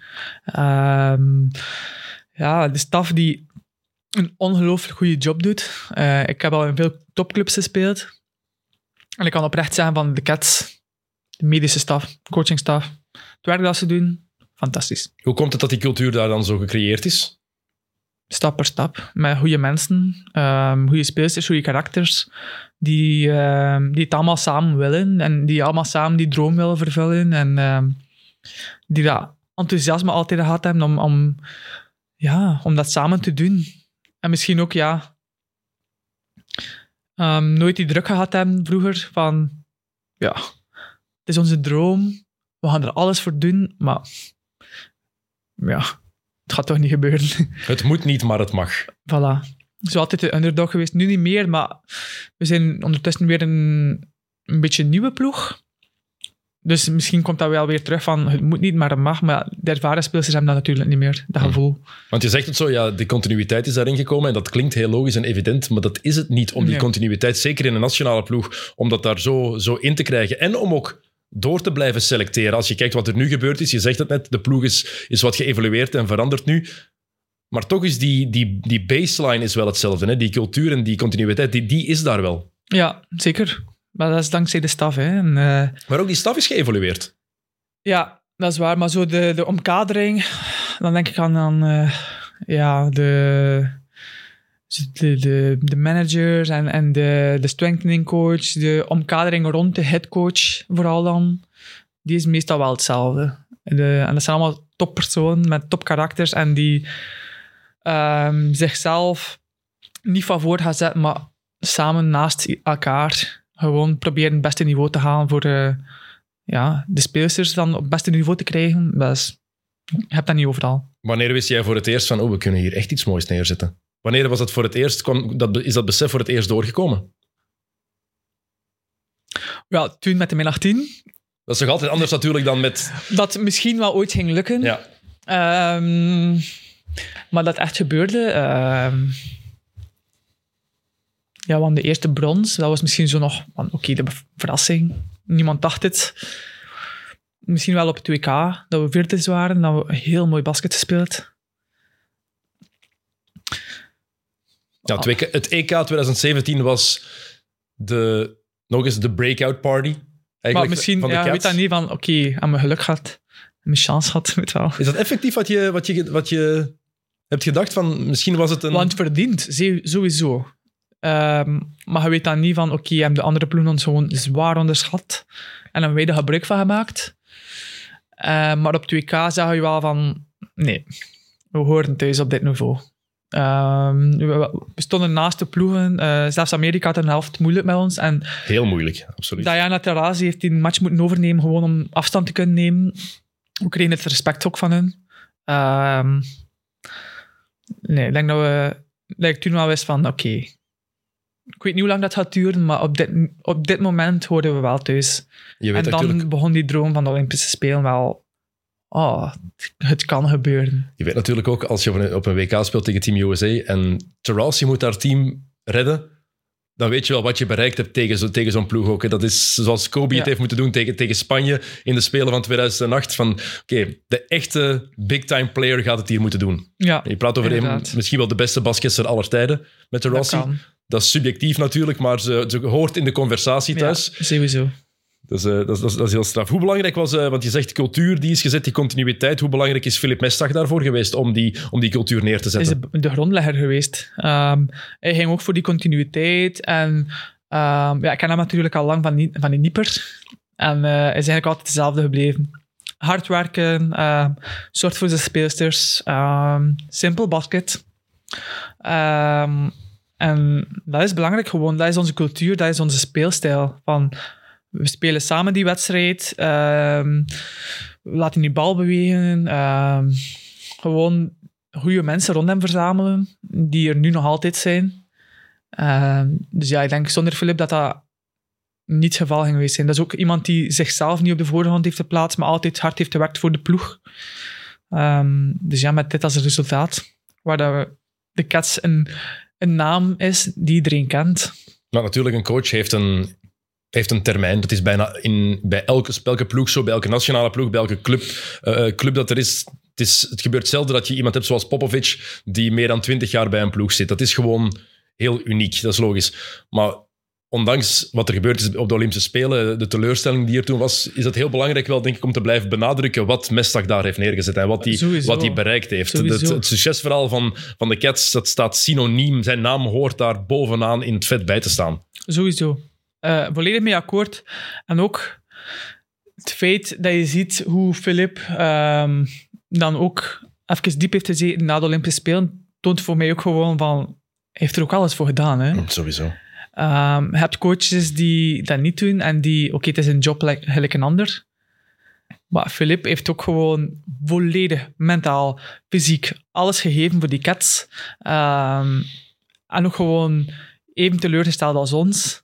De staf die een ongelooflijk goede job doet. Ik heb al in veel topclubs gespeeld. En ik kan oprecht zeggen van de Cats, de medische staf, coachingstaf, het werk dat ze doen, fantastisch. Hoe komt het dat die cultuur daar dan zo gecreëerd is? Stap per stap, met goede mensen, goede speelsters, goede karakters, die het allemaal samen willen en die allemaal samen die droom willen vervullen en die dat enthousiasme altijd gehad hebben om dat samen te doen. En misschien ook, nooit die druk gehad hebben vroeger van, het is onze droom, we gaan er alles voor doen, maar het gaat toch niet gebeuren. Het moet niet, maar het mag. Voilà. Zo altijd de underdog geweest. Nu niet meer, maar we zijn ondertussen weer een beetje een nieuwe ploeg. Dus misschien komt dat wel weer terug van het moet niet, maar het mag. Maar de ervaren spelers hebben dat natuurlijk niet meer, dat gevoel. Want je zegt het zo, de continuïteit is daarin gekomen en dat klinkt heel logisch en evident, maar dat is het niet om die continuïteit, zeker in een nationale ploeg, om dat daar zo in te krijgen. En om ook door te blijven selecteren. Als je kijkt wat er nu gebeurd is, je zegt het net, de ploeg is wat geëvolueerd en verandert nu. Maar toch is die baseline is wel hetzelfde. Hè? Die cultuur en die continuïteit, die is daar wel. Ja, zeker. Maar dat is dankzij de staf. Hè. En, maar ook die staf is geëvolueerd. Ja, dat is waar. Maar zo de omkadering, dan denk ik aan de managers en de strengthening coach, de omkadering rond de headcoach vooral dan, die is meestal wel hetzelfde. En dat zijn allemaal toppersonen met topkarakters en die zichzelf niet van voor gaan zetten, maar samen naast elkaar gewoon proberen het beste niveau te halen voor de speelsters dan op het beste niveau te krijgen. Je hebt dat niet overal. Wanneer wist jij voor het eerst van, we kunnen hier echt iets moois neerzetten? Wanneer was dat voor het eerst? Is dat besef voor het eerst doorgekomen? Ja, toen met de min 18. Dat is toch altijd anders natuurlijk dan met... Dat misschien wel ooit ging lukken. Ja. Maar dat echt gebeurde... want de eerste brons, dat was misschien zo nog... de verrassing. Niemand dacht het. Misschien wel op het WK, dat we vierde waren, dat we heel mooi basket gespeeld. Ja, het EK 2017 was nog eens de breakout party. Maar misschien, van de Cats. Weet dat niet van, aan mijn geluk gehad, mijn chance gehad, weet wel. Is dat effectief wat je hebt gedacht van, misschien was het een... Want verdiend, sowieso. Maar je weet dan niet van, hebben de andere ploegen ons gewoon zwaar onderschat en hebben wij er gebruik van gemaakt. Maar op het WK zag je wel van, nee, we horen thuis op dit niveau. We stonden naast de ploegen. Zelfs Amerika had een helft moeilijk met ons. En heel moeilijk, absoluut. Diana Taurasi heeft die match moeten overnemen gewoon om afstand te kunnen nemen. We kregen het respect ook van hun. Ik denk dat ik toen wel wist van ik weet niet hoe lang dat gaat duren, maar op dit moment hoorden we wel thuis. En dan begon die droom van de Olympische Spelen wel... het kan gebeuren. Je weet natuurlijk ook, als je op een WK speelt tegen Team USA en Taurasi moet haar team redden, dan weet je wel wat je bereikt hebt tegen zo'n ploeg ook. Hè. Dat is zoals Kobe het heeft moeten doen tegen Spanje in de Spelen van 2008. Van, de echte big-time player gaat het hier moeten doen. Ja, je praat over misschien wel de beste basketster aller tijden met Taurasi. Dat is subjectief natuurlijk, maar ze hoort in de conversatie thuis. Ja, sowieso. Dat is heel straf. Hoe belangrijk was, want je zegt cultuur die is gezet, die continuïteit. Hoe belangrijk is Filip Mestag daarvoor geweest om die cultuur neer te zetten? Hij is de grondlegger geweest. Hij ging ook voor die continuïteit. En ik ken hem natuurlijk al lang van die Niepers. En hij is eigenlijk altijd hetzelfde gebleven. Hard werken, zorgt voor zijn speelsters, simpel basket. En dat is belangrijk gewoon. Dat is onze cultuur, dat is onze speelstijl. We spelen samen die wedstrijd. We laten die bal bewegen. Gewoon goede mensen rond hem verzamelen, die er nu nog altijd zijn. Dus ik denk zonder Filip dat niet het geval ging geweest zijn. Dat is ook iemand die zichzelf niet op de voorgrond heeft geplaatst, maar altijd hard heeft gewerkt voor de ploeg. Dus met dit als het resultaat, waar de Cats een naam is die iedereen kent. Maar natuurlijk, een coach heeft een termijn. Dat is bijna bij elke ploeg zo, bij elke nationale ploeg, bij elke club dat er is. Het gebeurt zelden dat je iemand hebt zoals Popovic, die meer dan 20 jaar bij een ploeg zit. Dat is gewoon heel uniek, dat is logisch. Maar ondanks wat er gebeurd is op de Olympische Spelen, de teleurstelling die er toen was, is het heel belangrijk wel, denk ik, om te blijven benadrukken wat Mestag daar heeft neergezet en wat hij bereikt heeft. Het succesverhaal van de Cats, dat staat synoniem. Zijn naam hoort daar bovenaan in het vet bij te staan. Sowieso. Volledig mee akkoord. En ook het feit dat je ziet hoe Filip dan ook even diep heeft gezeten na de Olympische Spelen, toont voor mij ook gewoon van, hij heeft er ook alles voor gedaan. Hè? Sowieso. Je hebt coaches die dat niet doen en die, oké, het is een job gelijk een ander. Maar Filip heeft ook gewoon volledig mentaal, fysiek, alles gegeven voor die Cats. En ook gewoon even teleurgesteld als ons.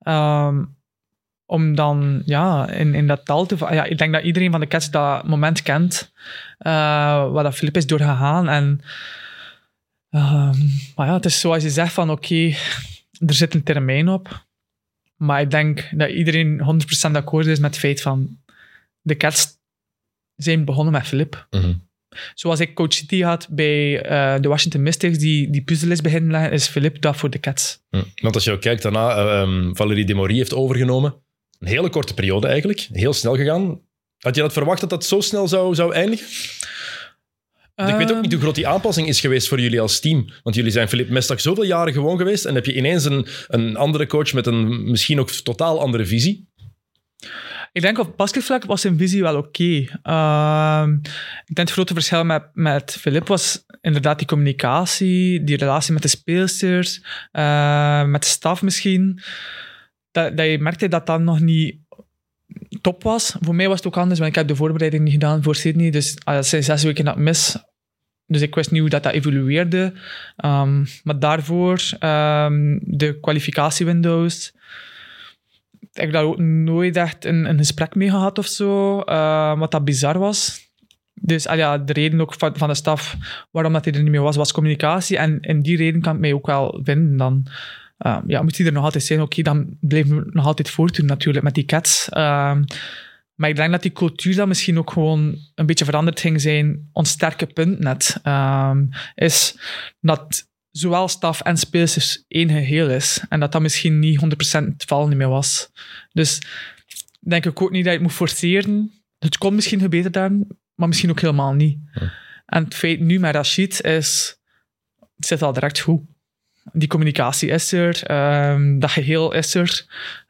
Om dan in dat tal te... Ja, ik denk dat iedereen van de Cats dat moment kent. Waar dat Filip is doorgegaan. En, maar ja, het is zoals je zegt van oké, er zit een termijn op. Maar ik denk dat iedereen 100% akkoord is met het feit van de Cats zijn begonnen met Filip. Mm-hmm. Zoals ik Coach City had bij de Washington Mystics, die puzzel is beginnen leggen, is Filip dat voor de Cats. Want als je ook kijkt daarna, Valérie Demory heeft overgenomen. Een hele korte periode eigenlijk. Heel snel gegaan. Had je dat verwacht dat dat zo snel zou eindigen? Ik weet ook niet hoe groot die aanpassing is geweest voor jullie als team. Want jullie zijn Filip Mestag zoveel jaren gewoon geweest en heb je ineens een andere coach met een misschien ook totaal andere visie. Ik denk op basketvlak was zijn visie wel oké. Ik denk het grote verschil met Filip was inderdaad die communicatie, die relatie met de speelsters, met de staf misschien. Dat je merkte dat dat nog niet top was. Voor mij was het ook anders, want ik heb de voorbereiding niet gedaan voor Sydney. Dus dat zijn 6 weken dat ik mis. Dus ik wist niet hoe dat evolueerde. Maar daarvoor, de kwalificatiewindows... Ik heb daar ook nooit echt een gesprek mee gehad of zo, wat dat bizar was. Dus de reden ook van de staf waarom dat hij er niet meer was communicatie. En die reden kan ik mij ook wel vinden. Dan moet hij er nog altijd zijn. Oké, dan blijven we nog altijd voortdoen natuurlijk met die Cats. Maar ik denk dat die cultuur dan misschien ook gewoon een beetje veranderd ging zijn. Ons sterke punt net is dat zowel staf en speelsters één geheel is. En dat misschien niet 100% het geval niet meer was. Dus denk ik ook niet dat je het moet forceren. Het kon misschien gebeterd hebben, maar misschien ook helemaal niet. Ja. En het feit nu met Rachid is... Het zit al direct goed. Die communicatie is er. Dat geheel is er.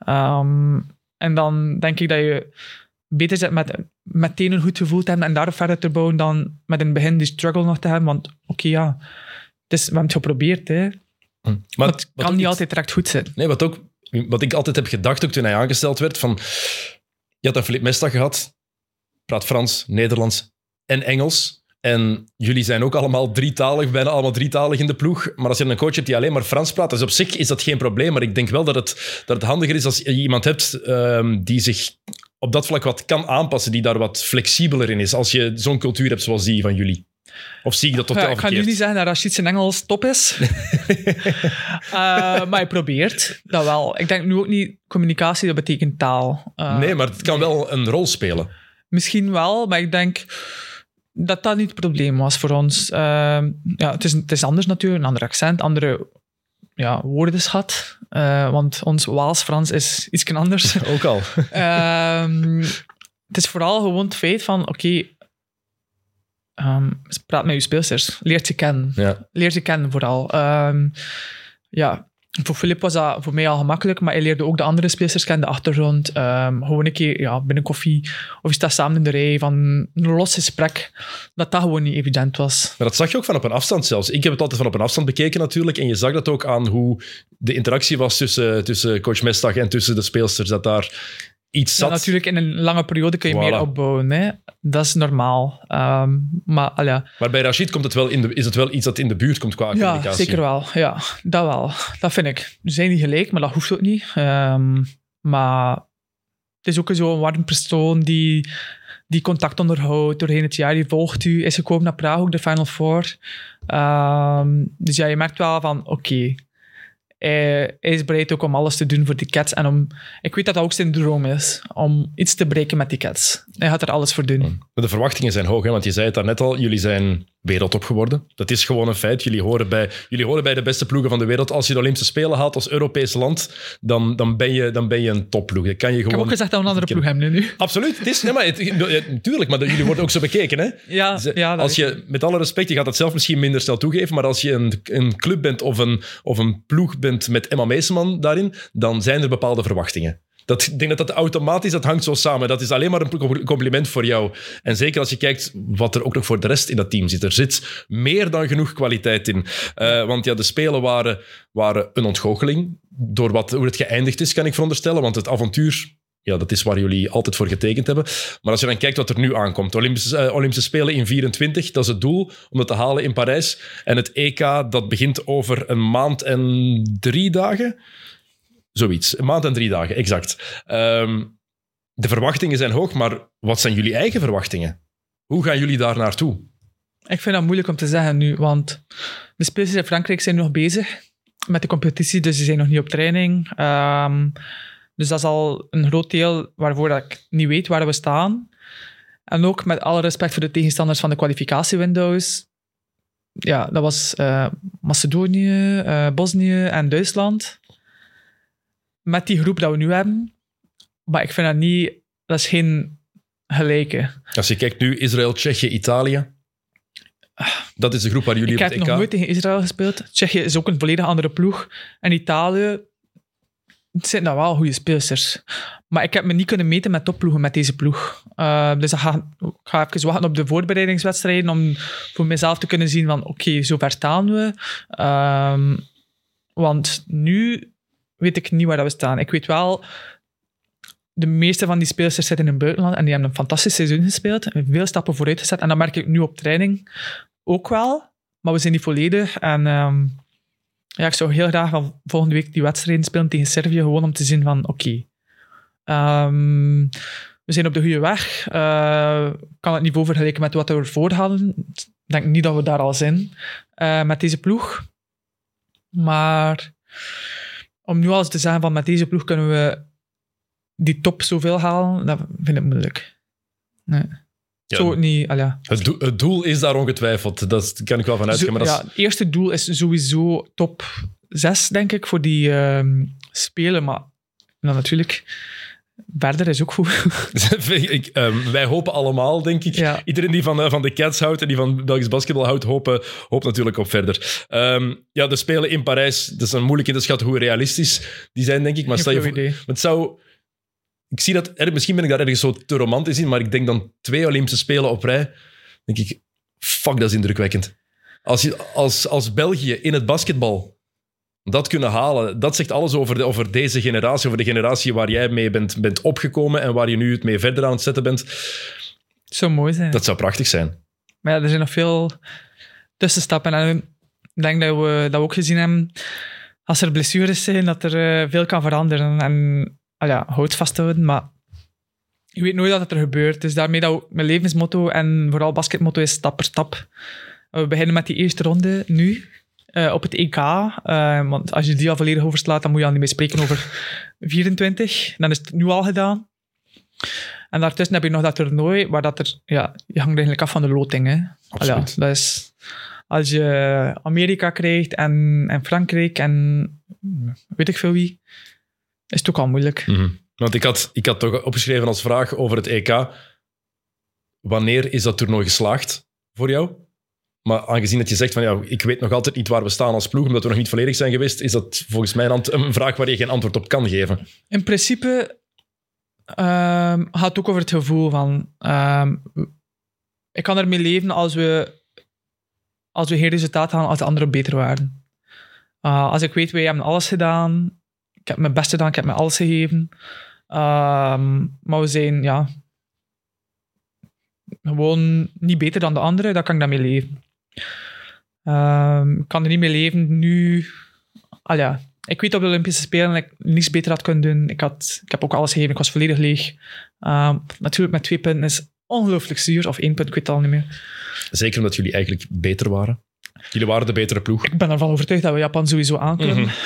En dan denk ik dat je beter zit met meteen een goed gevoel te hebben en daarop verder te bouwen dan met in het begin die struggle nog te hebben. Want dus we hebben het geprobeerd, hè. Maar het kan niet altijd direct goed zijn. Nee, wat ik altijd heb gedacht, ook toen hij aangesteld werd, van... Je had een Filip Mestag gehad, praat Frans, Nederlands en Engels. En jullie zijn ook allemaal drietalig, bijna allemaal drietalig in de ploeg. Maar als je een coach hebt die alleen maar Frans praat, dus op zich is dat geen probleem. Maar ik denk wel dat het handiger is als je iemand hebt die zich op dat vlak wat kan aanpassen, die daar wat flexibeler in is, als je zo'n cultuur hebt zoals die van jullie. Of zie ik dat totaal verkeerd? Ik ga nu niet zeggen dat Rachid zijn Engels top is. Maar hij probeert dat wel. Ik denk nu ook niet communicatie, dat betekent taal. Nee, maar het kan wel een rol spelen. Misschien wel, maar ik denk dat dat niet het probleem was voor ons. Het is anders natuurlijk, een ander accent, andere woordenschat. Want ons Waals-Frans is iets anders. Ook al. Het is vooral gewoon het feit van, praat met je speelsters. Leert ze kennen. Ja. Leert ze kennen vooral. Voor Filip was dat voor mij al gemakkelijk, maar hij leerde ook de andere speelsters kennen, de achtergrond. Gewoon een keer binnen koffie, of je staat samen in de rij, van een los gesprek, dat gewoon niet evident was. Maar dat zag je ook van op een afstand zelfs. Ik heb het altijd van op een afstand bekeken natuurlijk, en je zag dat ook aan hoe de interactie was tussen coach Mestag en tussen de speelsters, dat daar iets zat. Ja, natuurlijk, in een lange periode kun je meer opbouwen. Hè? Dat is normaal. Maar bij Rachid is het wel iets dat in de buurt komt qua communicatie. Ja, zeker wel. Ja, dat wel. Dat vind ik. We zijn niet gelijk, maar dat hoeft ook niet. Maar het is ook zo'n warm persoon die contact onderhoudt doorheen het jaar. Die volgt u. Is gekomen naar Praag, ook de Final Four. Dus je merkt wel van, hij is bereid ook om alles te doen voor die Cats. En ik weet dat dat ook zijn droom is, om iets te bereiken met die Cats. Hij gaat er alles voor doen. De verwachtingen zijn hoog, hè? Want je zei het daarnet al, jullie zijn wereldtop geworden. Dat is gewoon een feit. Jullie horen bij de beste ploegen van de wereld. Als je de Olympische Spelen haalt als Europees land, dan ben je een topploeg. Dat kan je gewoon... Ik heb ook gezegd dat we een andere ploeg hebben nu. Absoluut. Het is, tuurlijk, maar jullie worden ook zo bekeken. Hè? Ja, als je, met alle respect, je gaat het zelf misschien minder snel toegeven, maar als je een club bent of een ploeg bent met Emma Meeseman daarin, dan zijn er bepaalde verwachtingen. Ik denk dat automatisch, dat hangt zo samen. Dat is alleen maar een compliment voor jou. En zeker als je kijkt wat er ook nog voor de rest in dat team zit. Er zit meer dan genoeg kwaliteit in. Want de Spelen waren een ontgoocheling. Door hoe het geëindigd is, kan ik veronderstellen. Want het avontuur, dat is waar jullie altijd voor getekend hebben. Maar als je dan kijkt wat er nu aankomt. Olympische Spelen in 2024, dat is het doel om dat te halen in Parijs. En het EK, dat begint over een maand en 3 dagen... Zoiets. Een maand en 3 dagen, exact. De verwachtingen zijn hoog, maar wat zijn jullie eigen verwachtingen? Hoe gaan jullie daar naartoe? Ik vind dat moeilijk om te zeggen nu, want de spelers in Frankrijk zijn nog bezig met de competitie, dus die zijn nog niet op training. Dus dat is al een groot deel waarvoor ik niet weet waar we staan. En ook met alle respect voor de tegenstanders van de kwalificatiewindows. Ja, dat was Macedonië, Bosnië en Duitsland. Met die groep dat we nu hebben. Maar ik vind dat is geen gelijke. Als je kijkt nu, Israël, Tsjechië, Italië. Dat is de groep waar jullie op het EK... Ik heb nog nooit tegen Israël gespeeld. Tsjechië is ook een volledig andere ploeg. En Italië, het zijn nou wel goede speelsters. Maar ik heb me niet kunnen meten met topploegen met deze ploeg. Dus ik ga even wachten op de voorbereidingswedstrijden om voor mezelf te kunnen zien van oké, zo ver staan we. Want nu weet ik niet waar we staan. Ik weet wel, de meeste van die speelsters zitten in het buitenland en die hebben een fantastisch seizoen gespeeld. Veel stappen vooruit gezet. En dat merk ik nu op training ook wel. Maar we zijn niet volledig. En ik zou heel graag van volgende week die wedstrijden spelen tegen Servië, gewoon om te zien van oké. We zijn op de goede weg. Kan het niveau vergelijken met wat we ervoor hadden. Ik denk niet dat we daar al zijn met deze ploeg. Maar om nu al eens te zeggen van met deze ploeg kunnen we die top zoveel halen, dat vind ik moeilijk. Nee. Ja, zo niet, ja. Het doel is daar ongetwijfeld. Dat kan ik wel van uitgaan. Het eerste doel is sowieso top 6, denk ik, voor die spelen. Maar dan natuurlijk, verder is ook goed. Wij hopen allemaal, denk ik. Ja. Iedereen die van de Cats houdt en die van Belgisch basketbal houdt, hoopt natuurlijk op verder. De Spelen in Parijs, dat is dan moeilijk in te schatten hoe realistisch die zijn, denk ik. Maar stel je voor, het zou... Ik zie dat, misschien ben ik daar ergens zo te romantisch in, maar ik denk dan 2 Olympische Spelen op rij, denk ik, fuck, dat is indrukwekkend. Als België in het basketbal dat kunnen halen, dat zegt alles over deze generatie, over de generatie waar jij mee bent opgekomen en waar je nu het mee verder aan het zetten bent. Het zou mooi zijn. Dat zou prachtig zijn. Maar ja, er zijn nog veel tussenstappen. En ik denk dat we ook gezien hebben, als er blessures zijn, dat er veel kan veranderen. En houd vasthouden, maar je weet nooit dat het er gebeurt. Dus daarmee dat ook mijn levensmotto en vooral basketmotto is stap per stap. We beginnen met die eerste ronde nu op het EK. Want als je die al volledig overslaat, dan moet je al niet meer spreken over 24. Dan is het nu al gedaan. En daartussen heb je nog dat toernooi, waar je hangt eigenlijk af van de loting. Hè. Absoluut. Dat is, als je Amerika krijgt en Frankrijk en weet ik veel wie, is het ook al moeilijk. Mm-hmm. Want ik had toch opgeschreven als vraag over het EK. Wanneer is dat toernooi geslaagd voor jou? Maar aangezien dat je zegt van ik weet nog altijd niet waar we staan als ploeg, omdat we nog niet volledig zijn geweest, is dat volgens mij een vraag waar je geen antwoord op kan geven. In principe gaat het ook over het gevoel van... ik kan ermee leven als we geen resultaat halen, als de anderen beter waren. Als ik weet, wij hebben alles gedaan... Ik heb mijn best gedaan, ik heb me alles gegeven. Maar we zijn gewoon niet beter dan de anderen. Daar kan ik daarmee leven. Ik kan er niet mee leven nu. Ik weet op de Olympische Spelen dat ik niets beter had kunnen doen. Ik heb ook alles gegeven, ik was volledig leeg. Natuurlijk met 2 punten is ongelooflijk zuur. Of 1 punt, ik weet het al niet meer. Zeker omdat jullie eigenlijk beter waren. Jullie waren de betere ploeg. Ik ben ervan overtuigd dat we Japan sowieso aankunnen. Mm-hmm.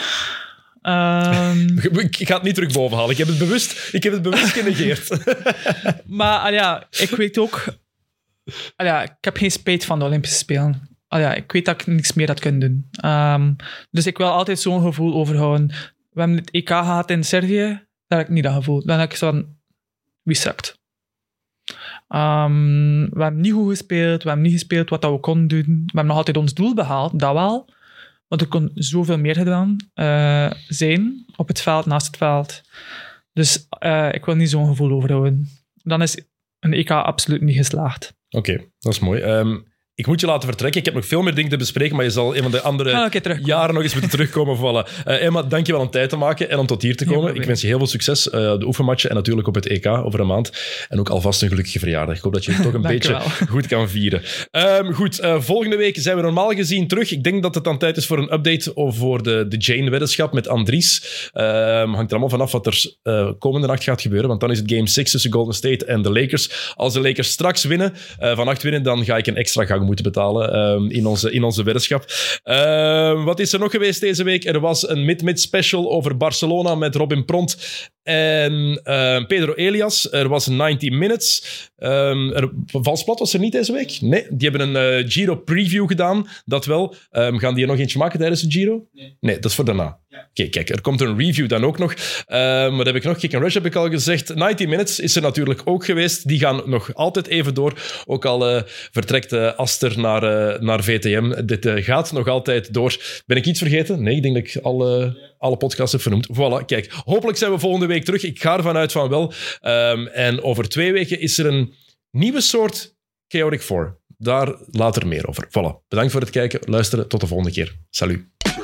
Ik ga het niet terug boven halen. Ik heb het bewust genegeerd. Maar ik weet ook Ik heb geen spijt van de Olympische Spelen. Ik weet dat ik niks meer had kunnen doen. Dus ik wil altijd zo'n gevoel overhouden. We hebben het EK gehad in Servië, daar heb ik niet dat gevoel. Dan heb ik zo van, wie sukt? We hebben niet goed gespeeld, we hebben niet gespeeld wat we konden doen. We hebben nog altijd ons doel behaald, dat wel. Want er kon zoveel meer gedaan zijn op het veld, naast het veld. Dus ik wil niet zo'n gevoel overhouden. Dan is een EK absoluut niet geslaagd. Oké, dat is mooi. Ik moet je laten vertrekken. Ik heb nog veel meer dingen te bespreken, maar je zal een van de andere jaren nog eens moeten terugkomen. Voilà. Emma, dank je wel om tijd te maken en om tot hier te komen. Ik wens je heel veel succes. De oefenmatchen en natuurlijk op het EK over een maand. En ook alvast een gelukkige verjaardag. Ik hoop dat je het toch een beetje goed kan vieren. Volgende week zijn we normaal gezien terug. Ik denk dat het dan tijd is voor een update voor de Jane-weddenschap met Andries. Hangt er allemaal vanaf wat er komende nacht gaat gebeuren, want dan is het Game 6 tussen Golden State en de Lakers. Als de Lakers straks vannacht winnen, dan ga ik een extra gang moeten betalen in onze weddenschap. Wat is er nog geweest deze week? Er was een mid-mid special over Barcelona met Robin Pront en Pedro Elias. Er was 90 Minutes. Valsplat was er niet deze week? Nee, die hebben een Giro-preview gedaan. Dat wel. Gaan die er nog eentje maken tijdens de Giro? Nee, dat is voor daarna. Ja. Oké, kijk, er komt een review dan ook nog. Wat heb ik nog? Kick and Rush heb ik al gezegd. 90 Minutes is er natuurlijk ook geweest. Die gaan nog altijd even door. Ook al vertrekt Aster naar VTM. Dit gaat nog altijd door. Ben ik iets vergeten? Nee, ik denk dat ik alle podcasts heb vernoemd. Voilà, kijk. Hopelijk zijn we volgende week terug. Ik ga ervan uit van wel. En over 2 weken is er een nieuwe soort Chaotic 4. Daar later meer over. Voilà. Bedankt voor het kijken, luisteren. Tot de volgende keer. Salut.